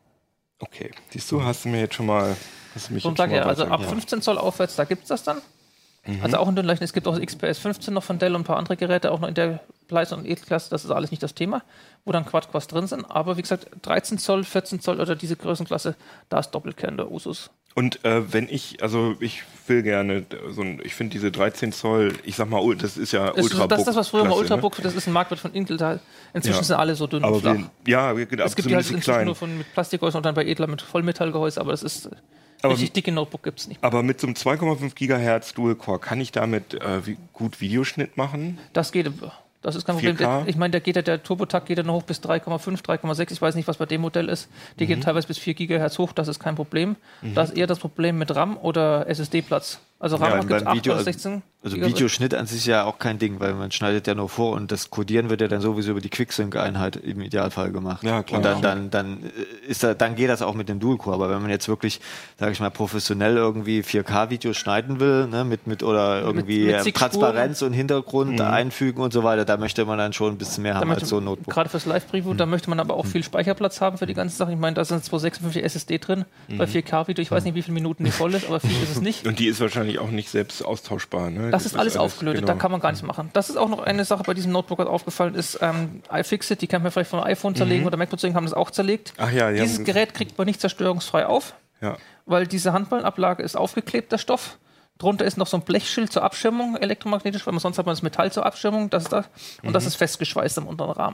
A: Okay, siehst du, hast du mir jetzt schon mal, hast du mich
D: Darum
A: jetzt schon
D: sage ich
A: mal
D: ja, also ab
A: weitergebracht.
D: fünfzehn Zoll aufwärts, da gibt es das dann. Also auch in den Leichten. Es gibt auch das X P S fünfzehn noch von Dell und ein paar andere Geräte, auch noch in der Leistung und Edelklasse, das ist alles nicht das Thema, wo dann Quad-Cores drin sind. Aber wie gesagt, dreizehn Zoll, vierzehn Zoll oder diese Größenklasse, da ist Doppelkern der Usus.
A: Und äh, wenn ich, also ich will gerne so ein, ich finde diese dreizehn Zoll, ich sag mal, das ist ja
D: Das ist
A: Ultrabook.
D: das, ist das, was früher mal
A: Klasse,
D: Ultrabook, das ist ein Marktwert von Intel. Da inzwischen
A: Ja.
D: sind alle so dünn
A: Ne? Aber
D: und flach.
A: wir, ja, wir,
D: Es gibt die halt
A: zumindest die
D: inzwischen
A: kleinen.
D: nur von, mit Plastikgehäuse und dann bei Edler mit Vollmetallgehäuse, aber das ist
A: Aber-
D: richtig dicke Notebook gibt es nicht.
A: Aber mit so einem zwei Komma fünf Gigahertz Dual-Core kann ich damit äh, wie, gut Videoschnitt machen?
D: Das geht. Das ist kein Problem.
A: vier K?
D: Der, ich meine, der geht ja, der Turbotakt geht ja noch hoch bis drei Komma fünf, drei Komma sechs. Ich weiß nicht, was bei dem Modell ist. Die
A: Mhm.
D: gehen teilweise bis vier Gigahertz hoch. Das ist kein Problem. Das ist eher das Problem mit RAM oder S S D-Platz. Also RAM
C: Ja,
D: gibt es
C: beim
D: acht
C: Video-
D: oder
C: also-
D: sechzehn.
C: Also
D: Gigabyte.
C: Videoschnitt an sich ist ja auch kein Ding, weil man schneidet ja nur vor und das Codieren wird ja dann sowieso über die Quicksync-Einheit im Idealfall gemacht.
A: Ja, klar.
C: Und dann, dann, dann ist da, dann geht das auch mit dem Dual-Core. Aber wenn man jetzt wirklich, sage ich mal, professionell irgendwie vier K-Videos schneiden will, ne, mit, mit oder irgendwie
D: mit
C: äh,
D: zig
C: Transparenz und Hintergrund
A: Mhm.
C: einfügen und so weiter, da möchte man dann schon ein bisschen mehr
D: Da
C: haben
D: möchte,
C: als so ein Notebook.
D: Gerade fürs Live-Preview, da möchte man aber auch viel Speicherplatz haben für die ganzen Sachen. Ich meine, da sind zweihundertsechsundfünfzig S S D drin. Bei vier K-Video, ich weiß nicht, wie viele Minuten die voll ist, aber viel ist es nicht.
A: Und die ist wahrscheinlich auch nicht selbst austauschbar, ne?
D: Das ist alles aufgelötet,
A: genau.
D: da kann man gar nichts machen. Das ist auch noch eine Sache bei diesem Notebook, was aufgefallen ist. Ähm, iFixit, die kann man vielleicht vom iPhone zerlegen oder MacBook zerlegen, haben das auch zerlegt.
A: Ach ja, die
D: Dieses
A: haben-
D: Gerät kriegt man nicht zerstörungsfrei auf,
A: Ja.
D: weil diese Handballenablage ist aufgeklebt, der Stoff. Drunter ist noch so ein Blechschild zur Abschirmung, elektromagnetisch, weil man sonst hat man das Metall zur Abschirmung, das ist das. Und das ist festgeschweißt am unteren Rahmen.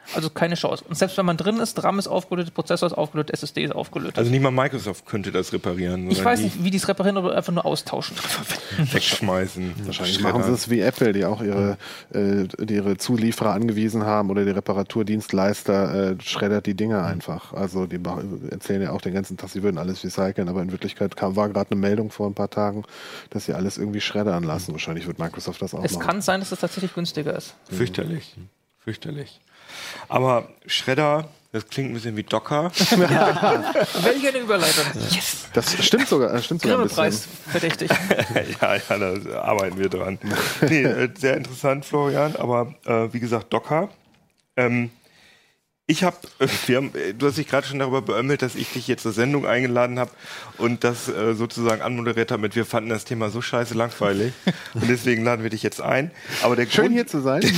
D: Also keine Chance. Und selbst wenn man drin ist, RAM ist aufgelötet, Prozessor ist aufgelötet, S S D ist aufgelötet.
A: Also nicht mal Microsoft könnte das reparieren.
D: Ich weiß nicht, wie die es reparieren oder einfach nur austauschen.
A: Wegschmeißen.
E: Wahrscheinlich machen sie es wie Apple, die auch ihre, äh, die ihre Zulieferer angewiesen haben oder die Reparaturdienstleister, äh, schreddert die Dinger einfach. Also die erzählen ja auch den ganzen Tag, sie würden alles recyceln, aber in Wirklichkeit kam, war gerade eine Meldung vor ein paar Tagen, dass sie alles irgendwie schreddern lassen. Wahrscheinlich wird Microsoft das auch
D: Es
E: machen.
D: kann sein, dass es tatsächlich günstiger ist.
A: Fürchterlich. Fürchterlich. Aber Shredder, das klingt ein bisschen wie Docker.
D: Welche eine Überleitung. Yes!
E: Das stimmt sogar, das stimmt sogar ein bisschen.
D: Grimme-Preis, verdächtig.
A: ja, ja, da arbeiten wir dran. Nee, äh, sehr interessant, Florian, aber äh, wie gesagt, Docker. Ähm, ich habe, äh, wir haben, äh, du hast dich gerade schon darüber beömmelt, dass ich dich jetzt zur Sendung eingeladen habe und das äh, sozusagen anmoderiert habe mit, wir fanden das Thema so scheiße langweilig und deswegen laden wir dich jetzt ein. Aber der
E: Schön
A: Grund,
E: hier zu sein.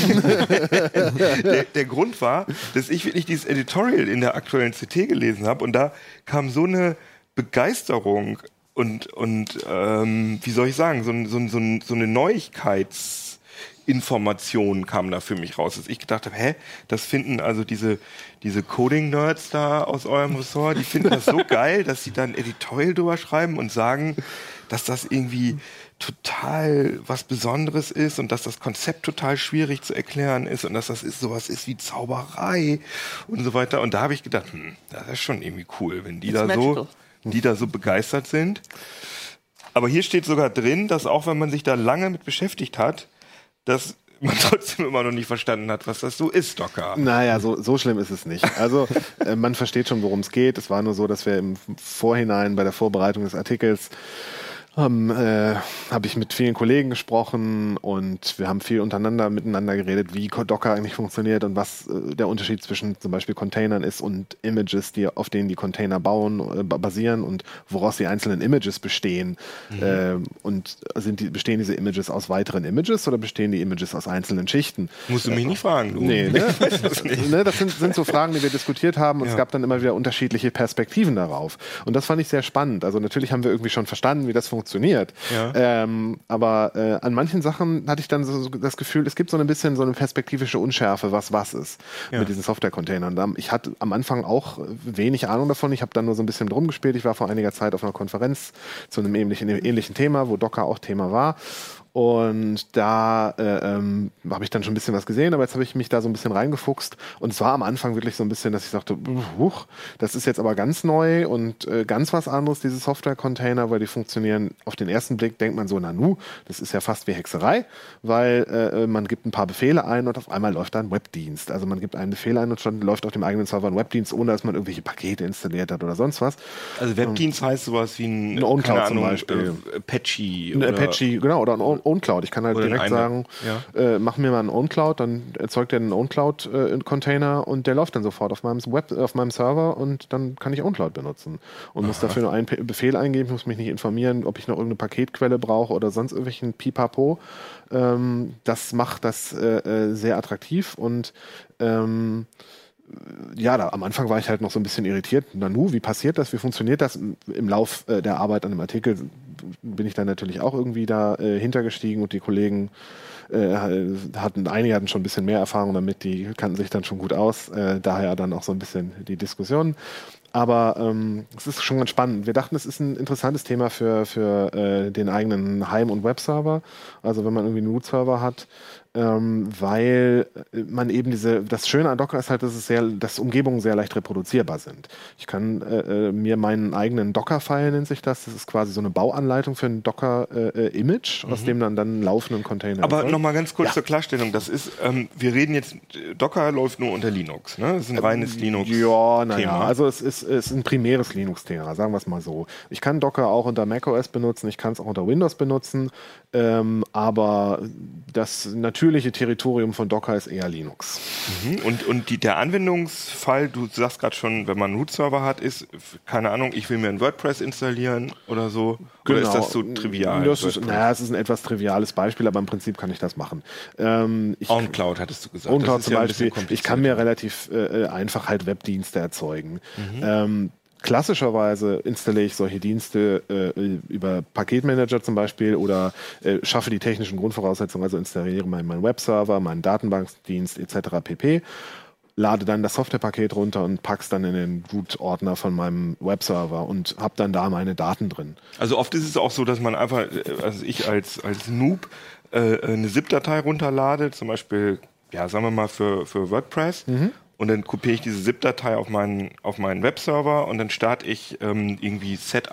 A: der, der Grund war, dass ich wirklich dieses Editorial in der aktuellen C T gelesen habe und da kam so eine Begeisterung und, und ähm, wie soll ich sagen, so, so, so, so eine Neuigkeitsinformation kam da für mich raus, dass ich gedacht habe, hä, das finden also diese, diese Coding-Nerds da aus eurem Ressort, die finden das so geil, dass sie dann Editorial drüber schreiben und sagen, dass das irgendwie total was Besonderes ist und dass das Konzept total schwierig zu erklären ist und dass das ist, sowas ist wie Zauberei und so weiter. Und da habe ich gedacht, hm, das ist schon irgendwie cool, wenn die
D: It's
A: da
D: magical.
A: so, die da so begeistert sind. Aber hier steht sogar drin, dass auch wenn man sich da lange mit beschäftigt hat, dass man trotzdem immer noch nicht verstanden hat, was das so ist, Docker.
E: Naja, so, so schlimm ist es nicht. Also äh, man versteht schon, worum es geht. Es war nur so, dass wir im Vorhinein bei der Vorbereitung des Artikels ähm, äh, habe ich mit vielen Kollegen gesprochen und wir haben viel untereinander miteinander geredet, wie Docker eigentlich funktioniert und was äh, der Unterschied zwischen zum Beispiel Containern ist und Images, die, auf denen die Container bauen, äh, basieren und woraus die einzelnen Images bestehen. Mhm. Äh, und sind die, bestehen diese Images aus weiteren Images oder bestehen die Images aus einzelnen Schichten?
A: Musst du mich nicht fragen, du.
E: Nee, ne? das, ne, das sind, sind so Fragen, die wir diskutiert haben und ja. Es gab dann immer wieder unterschiedliche Perspektiven darauf. Und das fand ich sehr spannend. Also natürlich haben wir irgendwie schon verstanden, wie das funktioniert. Ja. Ähm, aber äh, an manchen Sachen hatte ich dann so, so das Gefühl, es gibt so ein bisschen so eine perspektivische Unschärfe, was was ist ja. mit diesen Software-Containern. Ich hatte am Anfang auch wenig Ahnung davon. Ich habe dann nur so ein bisschen drum gespielt. Ich war vor einiger Zeit auf einer Konferenz zu einem ähnlichen, ähnlichen Thema, wo Docker auch Thema war. Und da äh, ähm, habe ich dann schon ein bisschen was gesehen, aber jetzt habe ich mich da so ein bisschen reingefuchst. Und es war am Anfang wirklich so ein bisschen, dass ich sagte, huch, das ist jetzt aber ganz neu und äh, ganz was anderes, diese Software-Container, weil die funktionieren, auf den ersten Blick denkt man so, na nu, das ist ja fast wie Hexerei, weil äh, man gibt ein paar Befehle ein und auf einmal läuft da ein Webdienst. Also man gibt einen Befehl ein und schon läuft auf dem eigenen Server ein Webdienst, ohne dass man irgendwelche Pakete installiert hat oder sonst was.
A: Also Webdienst um, heißt sowas wie ein,
E: ein OwnCloud zum Beispiel.
A: Äh, Apache.
E: Ein Apache, genau, oder ein OwnCloud. Ich kann halt oder direkt eine, sagen, ja. äh, mach mir mal einen OwnCloud, dann erzeugt er einen OwnCloud-Container äh, und der läuft dann sofort auf meinem Web, auf meinem Server und dann kann ich OwnCloud benutzen. Und Aha. muss dafür nur einen P- Befehl eingeben, muss mich nicht informieren, ob ich noch irgendeine Paketquelle brauche oder sonst irgendwelchen Pipapo. Ähm, das macht das äh, sehr attraktiv und ähm, ja, da, am Anfang war ich halt noch so ein bisschen irritiert. Nanu, wie passiert das? Wie funktioniert das? Im Lauf äh, der Arbeit an dem Artikel bin ich dann natürlich auch irgendwie da äh, hintergestiegen und die Kollegen äh, hatten, einige hatten schon ein bisschen mehr Erfahrung damit, die kannten sich dann schon gut aus. Äh, daher dann auch so ein bisschen die Diskussion. Aber ähm, es ist schon ganz spannend. Wir dachten, es ist ein interessantes Thema für, für äh, den eigenen Heim- und Webserver. Also wenn man irgendwie einen Root-Server hat, ähm, weil man eben diese, das Schöne an Docker ist halt, dass es sehr, dass Umgebungen sehr leicht reproduzierbar sind. Ich kann äh, mir meinen eigenen Docker-File, nennt sich das, das ist quasi so eine Bauanleitung für ein Docker-Image, äh, aus mhm. dem dann dann einen laufenden Container.
A: Aber nochmal ganz kurz ja. zur Klarstellung, das ist, ähm, wir reden jetzt, Docker läuft nur unter Linux, ne? Das ist ein reines ähm, Linux.
E: Ja, naja, also es ist, es ist ein primäres Linux-Thema, sagen wir es mal so. Ich kann Docker auch unter macOS benutzen, ich kann es auch unter Windows benutzen, ähm, aber das natürliche Territorium von Docker ist eher Linux.
A: Mhm. Und, und die, der Anwendungsfall, du sagst gerade schon, wenn man einen Root-Server hat, ist, keine Ahnung, ich will mir ein WordPress installieren oder so. Genau. Oder ist das so trivial?
E: Das ist, naja, es ist ein etwas triviales Beispiel, aber im Prinzip kann ich das machen. Ähm, ich,
A: OwnCloud hattest du gesagt.
E: OwnCloud zum ja Beispiel. Ich kann mir relativ äh, einfach halt Webdienste erzeugen. Mhm. Ähm, Klassischerweise installiere ich solche Dienste äh, über Paketmanager zum Beispiel oder äh, schaffe die technischen Grundvoraussetzungen, also installiere meinen mein Webserver, meinen Datenbankdienst et cetera pp. lade dann das Softwarepaket runter und pack's dann in den Root-Ordner von meinem Webserver und habe dann da meine Daten drin.
A: Also oft ist es auch so, dass man einfach, also ich als, als Noob, äh, eine zip-Datei runterlade, zum Beispiel, ja, sagen wir mal für, für WordPress, mhm. und dann kopiere ich diese zip-Datei auf meinen, auf meinen Webserver und dann starte ich ähm, irgendwie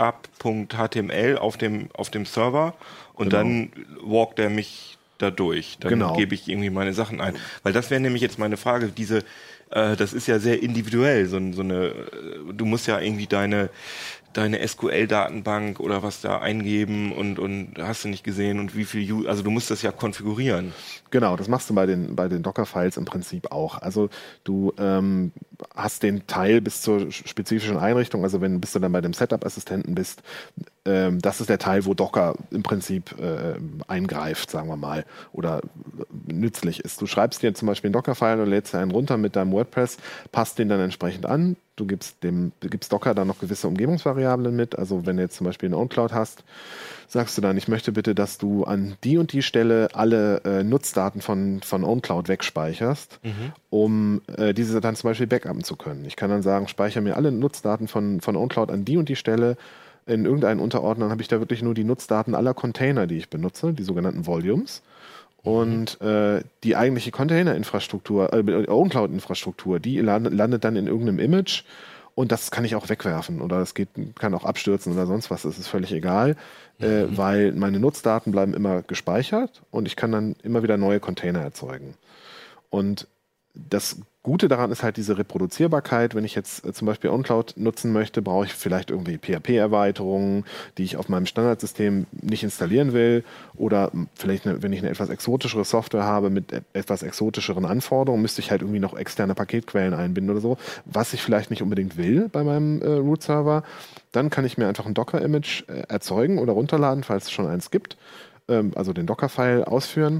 A: setup.html auf dem, auf dem Server und genau. dann walkt er mich da durch. Dann genau. gebe ich irgendwie meine Sachen ein. Weil das wäre nämlich jetzt meine Frage, diese äh, das ist ja sehr individuell, so, so eine, du musst ja irgendwie deine deine S Q L-Datenbank oder was da eingeben und, und hast du nicht gesehen und wie viel, also du musst das ja konfigurieren.
E: Genau, das machst du bei den, bei den Docker-Files im Prinzip auch. Also du ähm, hast den Teil bis zur spezifischen Einrichtung, also wenn bis du dann bei dem Setup-Assistenten bist, ähm, das ist der Teil, wo Docker im Prinzip äh, eingreift, sagen wir mal, oder nützlich ist. Du schreibst dir zum Beispiel einen Docker-File und lädst einen runter mit deinem WordPress, passt den dann entsprechend an. Du gibst dem, du gibst Docker dann noch gewisse Umgebungsvariablen mit. Also wenn du jetzt zum Beispiel eine OwnCloud hast, sagst du dann, ich möchte bitte, dass du an die und die Stelle alle äh, Nutzdaten von, von OwnCloud wegspeicherst, mhm. um äh, diese dann zum Beispiel backuppen zu können. Ich kann dann sagen, speichere mir alle Nutzdaten von, von OwnCloud an die und die Stelle. In irgendeinen Unterordner dann habe ich da wirklich nur die Nutzdaten aller Container, die ich benutze, die sogenannten Volumes. Und äh, die eigentliche Container-Infrastruktur, äh, OwnCloud-Infrastruktur, die land, landet dann in irgendeinem Image und das kann ich auch wegwerfen oder das geht, kann auch abstürzen oder sonst was, das ist völlig egal, mhm. äh, weil meine Nutzdaten bleiben immer gespeichert und ich kann dann immer wieder neue Container erzeugen. Und das Gute daran ist halt diese Reproduzierbarkeit. Wenn ich jetzt äh, zum Beispiel OwnCloud nutzen möchte, brauche ich vielleicht irgendwie P H P-Erweiterungen, die ich auf meinem Standardsystem nicht installieren will. Oder vielleicht, eine, wenn ich eine etwas exotischere Software habe mit e- etwas exotischeren Anforderungen, müsste ich halt irgendwie noch externe Paketquellen einbinden oder so, was ich vielleicht nicht unbedingt will bei meinem äh, Root-Server. Dann kann ich mir einfach ein Docker-Image äh, erzeugen oder runterladen, falls es schon eins gibt. Ähm, also den Docker-File ausführen.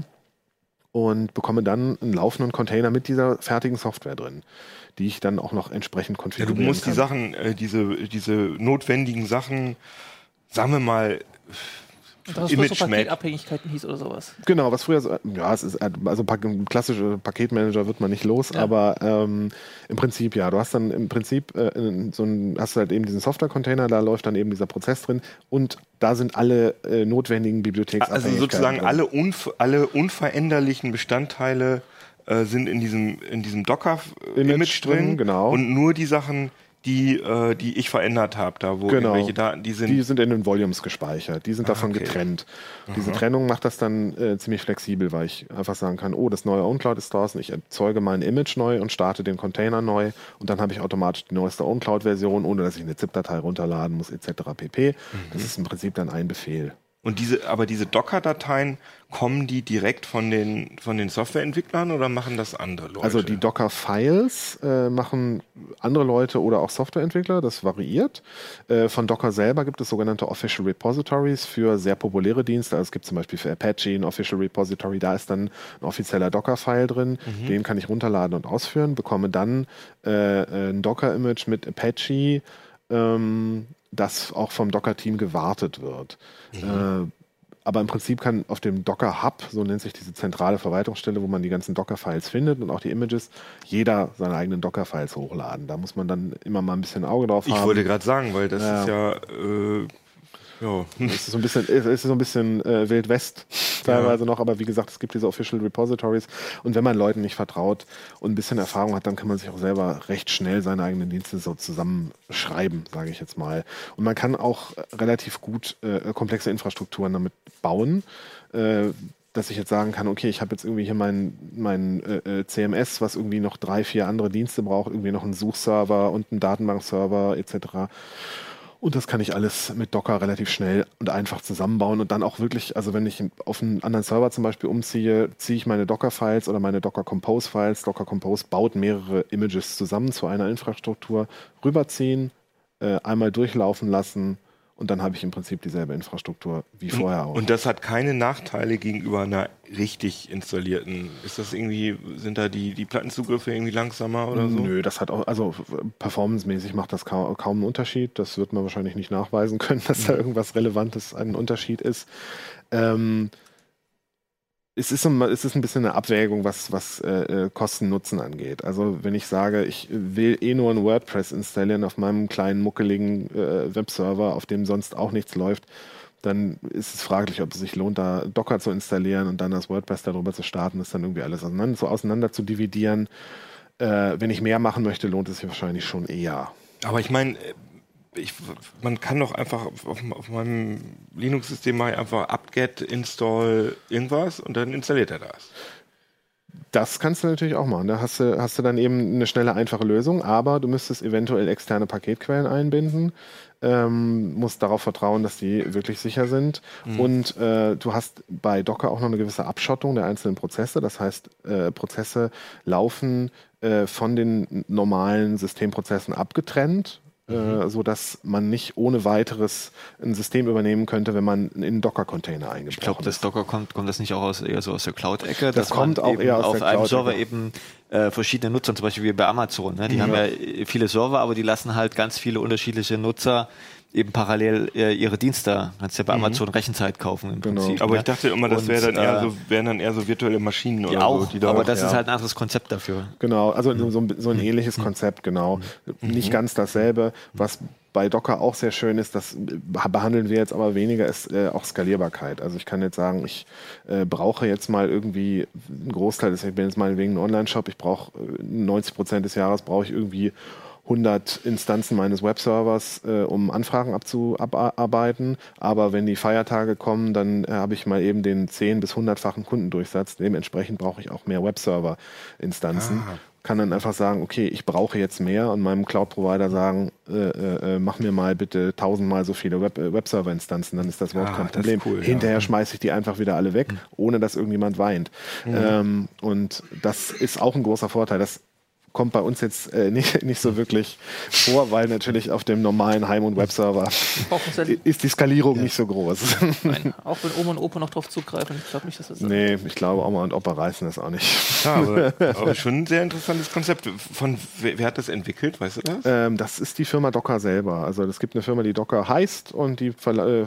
E: Und bekomme dann einen laufenden Container mit dieser fertigen Software drin, die ich dann auch noch entsprechend konfigurieren
A: kann. Ja, du musst
E: kann.
A: die Sachen, äh, diese, diese notwendigen Sachen, sagen wir mal,
D: das ist so Paketabhängigkeiten hieß oder sowas.
E: Genau, was früher so, ja, es ist, also klassische Paketmanager wird man nicht los, ja. aber ähm, im Prinzip ja, du hast dann im Prinzip äh, so ein, hast du halt eben diesen Software-Container, da läuft dann eben dieser Prozess drin und da sind alle äh, notwendigen Bibliotheksabhängigkeiten.
A: Also sozusagen
E: drin.
A: alle, unver alle unveränderlichen Bestandteile äh, sind in diesem, in diesem Docker-Image drin, drin
E: genau.
A: und nur die Sachen, die, äh, die ich verändert habe, da wo
E: genau.
A: irgendwelche Daten, die sind...
E: Die sind in den Volumes gespeichert, die sind
A: ah,
E: davon
A: okay.
E: getrennt.
A: Aha.
E: Diese Trennung macht das dann äh, ziemlich flexibel, weil ich einfach sagen kann, oh, das neue OwnCloud ist draußen, ich erzeuge mein Image neu und starte den Container neu und dann habe ich automatisch die neueste OwnCloud-Version, ohne dass ich eine ZIP-Datei runterladen muss, et cetera pp. Mhm. Das ist im Prinzip dann ein Befehl.
A: Und diese, aber diese Docker-Dateien, kommen die direkt von den, von den Softwareentwicklern oder machen das andere Leute?
E: Also die Docker-Files äh, machen andere Leute oder auch Softwareentwickler, das variiert. Äh, von Docker selber gibt es sogenannte Official Repositories für sehr populäre Dienste. Also es gibt zum Beispiel für Apache ein Official Repository, da ist dann ein offizieller Docker-File drin, mhm. den kann ich runterladen und ausführen, bekomme dann äh, ein Docker-Image mit Apache, ähm, das auch vom Docker-Team gewartet wird. Mhm. Äh, aber im Prinzip kann auf dem Docker-Hub, so nennt sich diese zentrale Verwaltungsstelle, wo man die ganzen Docker-Files findet und auch die Images, jeder seine eigenen Docker-Files hochladen. Da muss man dann immer mal ein bisschen Auge drauf
A: ich
E: haben.
A: Ich wollte gerade sagen, weil das ja. ist ja... Äh Ja.
E: Es ist so ein bisschen, es ist so ein bisschen äh, Wild West teilweise ja. noch, aber wie gesagt, es gibt diese Official Repositories und wenn man Leuten nicht vertraut und ein bisschen Erfahrung hat, dann kann man sich auch selber recht schnell seine eigenen Dienste so zusammenschreiben, sage ich jetzt mal. Und man kann auch relativ gut äh, komplexe Infrastrukturen damit bauen, äh, dass ich jetzt sagen kann, okay, ich habe jetzt irgendwie hier mein, mein äh, C M S, was irgendwie noch drei, vier andere Dienste braucht, irgendwie noch einen Suchserver und einen Datenbankserver et cetera. Und das kann ich alles mit Docker relativ schnell und einfach zusammenbauen und dann auch wirklich, also wenn ich auf einen anderen Server zum Beispiel umziehe, ziehe ich meine Docker-Files oder meine Docker-Compose-Files. Docker Compose baut mehrere Images zusammen zu einer Infrastruktur, rüberziehen, äh, einmal durchlaufen lassen und dann habe ich im Prinzip dieselbe Infrastruktur wie vorher auch.
A: Und das hat keine Nachteile gegenüber einer richtig installierten. Ist das irgendwie, sind da die, die Plattenzugriffe irgendwie langsamer oder so?
E: Nö, das hat auch, also performancemäßig macht das kaum, kaum einen Unterschied. Das wird man wahrscheinlich nicht nachweisen können, dass da irgendwas Relevantes ein Unterschied ist. Ähm, es ist, ein, es ist ein bisschen eine Abwägung, was, was äh, Kosten-Nutzen angeht. Also wenn ich sage, ich will eh nur ein WordPress installieren auf meinem kleinen, muckeligen äh, Webserver, auf dem sonst auch nichts läuft, dann ist es fraglich, ob es sich lohnt, da Docker zu installieren und dann das WordPress darüber zu starten, ist dann irgendwie alles auseinander, so auseinander zu dividieren. Äh, wenn ich mehr machen möchte, lohnt es sich wahrscheinlich schon eher.
A: Aber ich meine, ich, man kann doch einfach auf, auf meinem Linux-System mal einfach apt-get install irgendwas und dann installiert er das.
E: Das kannst du natürlich auch machen. Da hast du, hast du dann eben eine schnelle, einfache Lösung, aber du müsstest eventuell externe Paketquellen einbinden, ähm, musst darauf vertrauen, dass die wirklich sicher sind. Mhm. Und äh, du hast bei Docker auch noch eine gewisse Abschottung der einzelnen Prozesse. Das heißt, äh, Prozesse laufen äh, von den normalen Systemprozessen abgetrennt. Mhm. So dass man nicht ohne weiteres ein System übernehmen könnte, wenn man in einen Docker-Container eingebaut ist.
C: Ich glaube, das Docker kommt, kommt das nicht auch aus, eher so aus der Cloud-Ecke?
E: Das kommt auch eher aus
C: auf
E: der Cloud-Ecke.
C: einem Server eben äh, verschiedene Nutzer, zum Beispiel wie bei Amazon. Ne? Die ja. haben ja viele Server, aber die lassen halt ganz viele unterschiedliche Nutzer eben parallel äh, ihre Dienste. Kannst ja bei mhm. Amazon Rechenzeit kaufen im
E: genau.
C: Prinzip.
A: Aber
C: ne?
A: ich dachte immer, das wäre dann eher so, wären dann eher so virtuelle Maschinen
C: ja,
A: oder
C: auch,
A: so. Die da
C: aber
A: auch,
C: das
A: ja.
C: ist halt ein anderes Konzept dafür.
E: Genau, also so, so, ein, so ein ähnliches Konzept, genau. Mhm. Nicht ganz dasselbe, was bei Docker auch sehr schön ist, das behandeln wir jetzt aber weniger, ist äh, auch Skalierbarkeit. Also ich kann jetzt sagen, ich äh, brauche jetzt mal irgendwie einen Großteil, ich bin jetzt mal wegen einem Online-Shop, ich brauche neunzig Prozent des Jahres brauche ich irgendwie hundert Instanzen meines Webservers, äh, um Anfragen abzuarbeiten. Aber wenn die Feiertage kommen, dann äh, habe ich mal eben den zehn- bis hundertfachen Kundendurchsatz. Dementsprechend brauche ich auch mehr Webserver-Instanzen. Ah. Kann dann einfach sagen, okay, ich brauche jetzt mehr und meinem Cloud-Provider sagen, äh, äh, mach mir mal bitte tausendmal so viele Web äh, Webserver-Instanzen, dann ist das überhaupt ah, kein Problem. Cool, Hinterher ja. schmeiße ich die einfach wieder alle weg, mhm. ohne dass irgendjemand weint. Mhm. Ähm, und das ist auch ein großer Vorteil. Das kommt bei uns jetzt äh, nicht, nicht so wirklich vor, weil natürlich auf dem normalen Heim- und Webserver ist die Skalierung ja. nicht so groß.
D: Nein, auch wenn Oma und Opa noch drauf zugreifen. Ich glaube nicht, dass das
E: Nee, ich glaube, Oma und Opa reißen das auch nicht.
A: Ja, aber, aber schon ein sehr interessantes Konzept. Von, wer, wer hat das entwickelt, weißt du das?
E: Ähm, das ist die Firma Docker selber. Also es gibt eine Firma, die Docker heißt und die äh,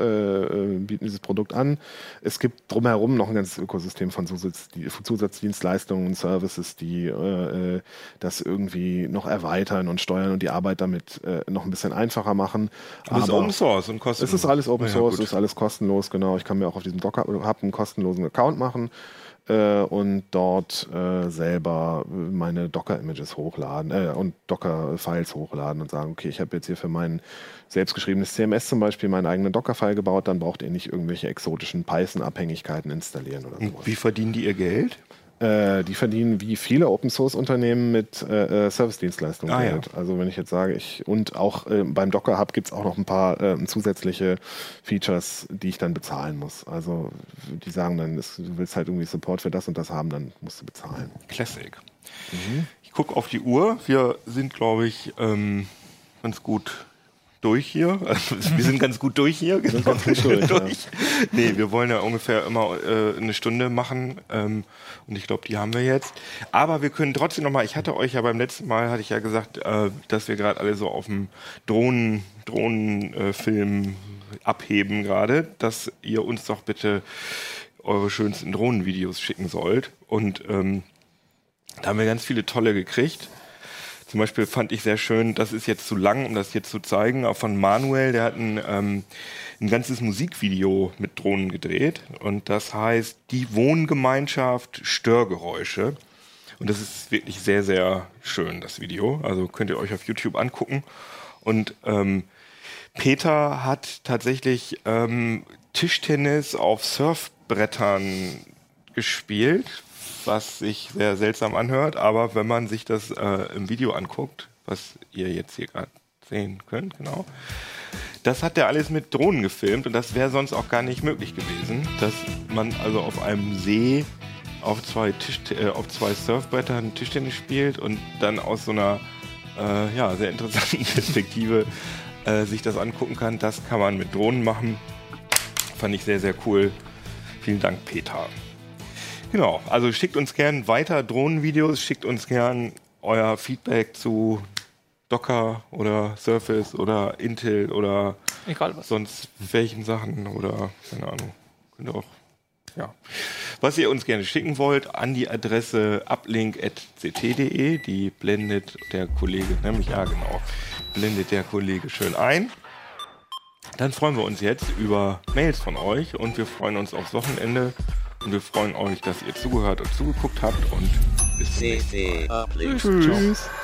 E: äh, bieten dieses Produkt an. Es gibt drumherum noch ein ganzes Ökosystem von Zusatz, die, Zusatzdienstleistungen und Services, die äh, das irgendwie noch erweitern und steuern und die Arbeit damit äh, noch ein bisschen einfacher machen.
A: Aber es ist Open Source und kostenlos.
E: Es ist alles Open Source, ja, es ist alles kostenlos, genau. Ich kann mir auch auf diesem Docker, habe einen kostenlosen Account machen äh, und dort äh, selber meine Docker-Images hochladen äh, und Docker-Files hochladen und sagen, okay, ich habe jetzt hier für mein selbstgeschriebenes C M S zum Beispiel meinen eigenen Docker-File gebaut, dann braucht ihr nicht irgendwelche exotischen Python-Abhängigkeiten installieren oder so.
A: Wie verdienen die ihr Geld?
E: Die verdienen wie viele Open-Source-Unternehmen mit äh, Service-Dienstleistungen
A: ah,
E: Geld.
A: Ja.
E: Also wenn ich jetzt sage, ich und auch äh, beim Docker Hub gibt es auch noch ein paar äh, zusätzliche Features, die ich dann bezahlen muss. Also die sagen dann, du willst halt irgendwie Support für das und das haben, dann musst du bezahlen.
A: Classic. Mhm. Ich gucke auf die Uhr. Wir sind, glaube ich, ähm, ganz gut durch hier. Also, wir sind ganz gut durch hier.
E: Wir sind ganz gut durch. durch.
A: Ja. Nee, wir wollen ja ungefähr immer äh, eine Stunde machen ähm, und ich glaube, die haben wir jetzt. Aber wir können trotzdem nochmal, ich hatte euch ja beim letzten Mal, hatte ich ja gesagt, äh, dass wir gerade alle so auf dem Drohnen, Drohnenfilm äh, abheben gerade, dass ihr uns doch bitte eure schönsten Drohnenvideos schicken sollt. Und ähm, da haben wir ganz viele tolle gekriegt. Zum Beispiel fand ich sehr schön, das ist jetzt zu lang, um das jetzt zu zeigen, auch von Manuel, der hat ein, ähm, ein ganzes Musikvideo mit Drohnen gedreht und das heißt Die Wohngemeinschaft Störgeräusche und das ist wirklich sehr, sehr schön, das Video, also könnt ihr euch auf YouTube angucken und ähm, Peter hat tatsächlich ähm, Tischtennis auf Surfbrettern gespielt, was sich sehr seltsam anhört, aber wenn man sich das äh, im Video anguckt, was ihr jetzt hier gerade sehen könnt, genau, das hat er alles mit Drohnen gefilmt und das wäre sonst auch gar nicht möglich gewesen, dass man also auf einem See auf zwei, Tisch, äh, auf zwei Surfbrettern Tischtennis spielt und dann aus so einer äh, ja, sehr interessanten Perspektive äh, sich das angucken kann. Das kann man mit Drohnen machen. Fand ich sehr, sehr cool. Vielen Dank, Peter. Genau, also schickt uns gern weiter Drohnenvideos, schickt uns gern euer Feedback zu Docker oder Surface oder Intel oder
D: egal was.
A: Sonst welchen Sachen oder keine Ahnung. Könnt ihr auch ja, was ihr uns gerne schicken wollt, an die Adresse uplink at c t punkt d e. Die blendet der Kollege, nämlich ja genau, blendet der Kollege schön ein. Dann freuen wir uns jetzt über Mails von euch und wir freuen uns aufs Wochenende und wir freuen euch, dass ihr zugehört und zugeguckt habt und bis zum nächsten Mal.
B: C T Uplink.
E: Tschüss.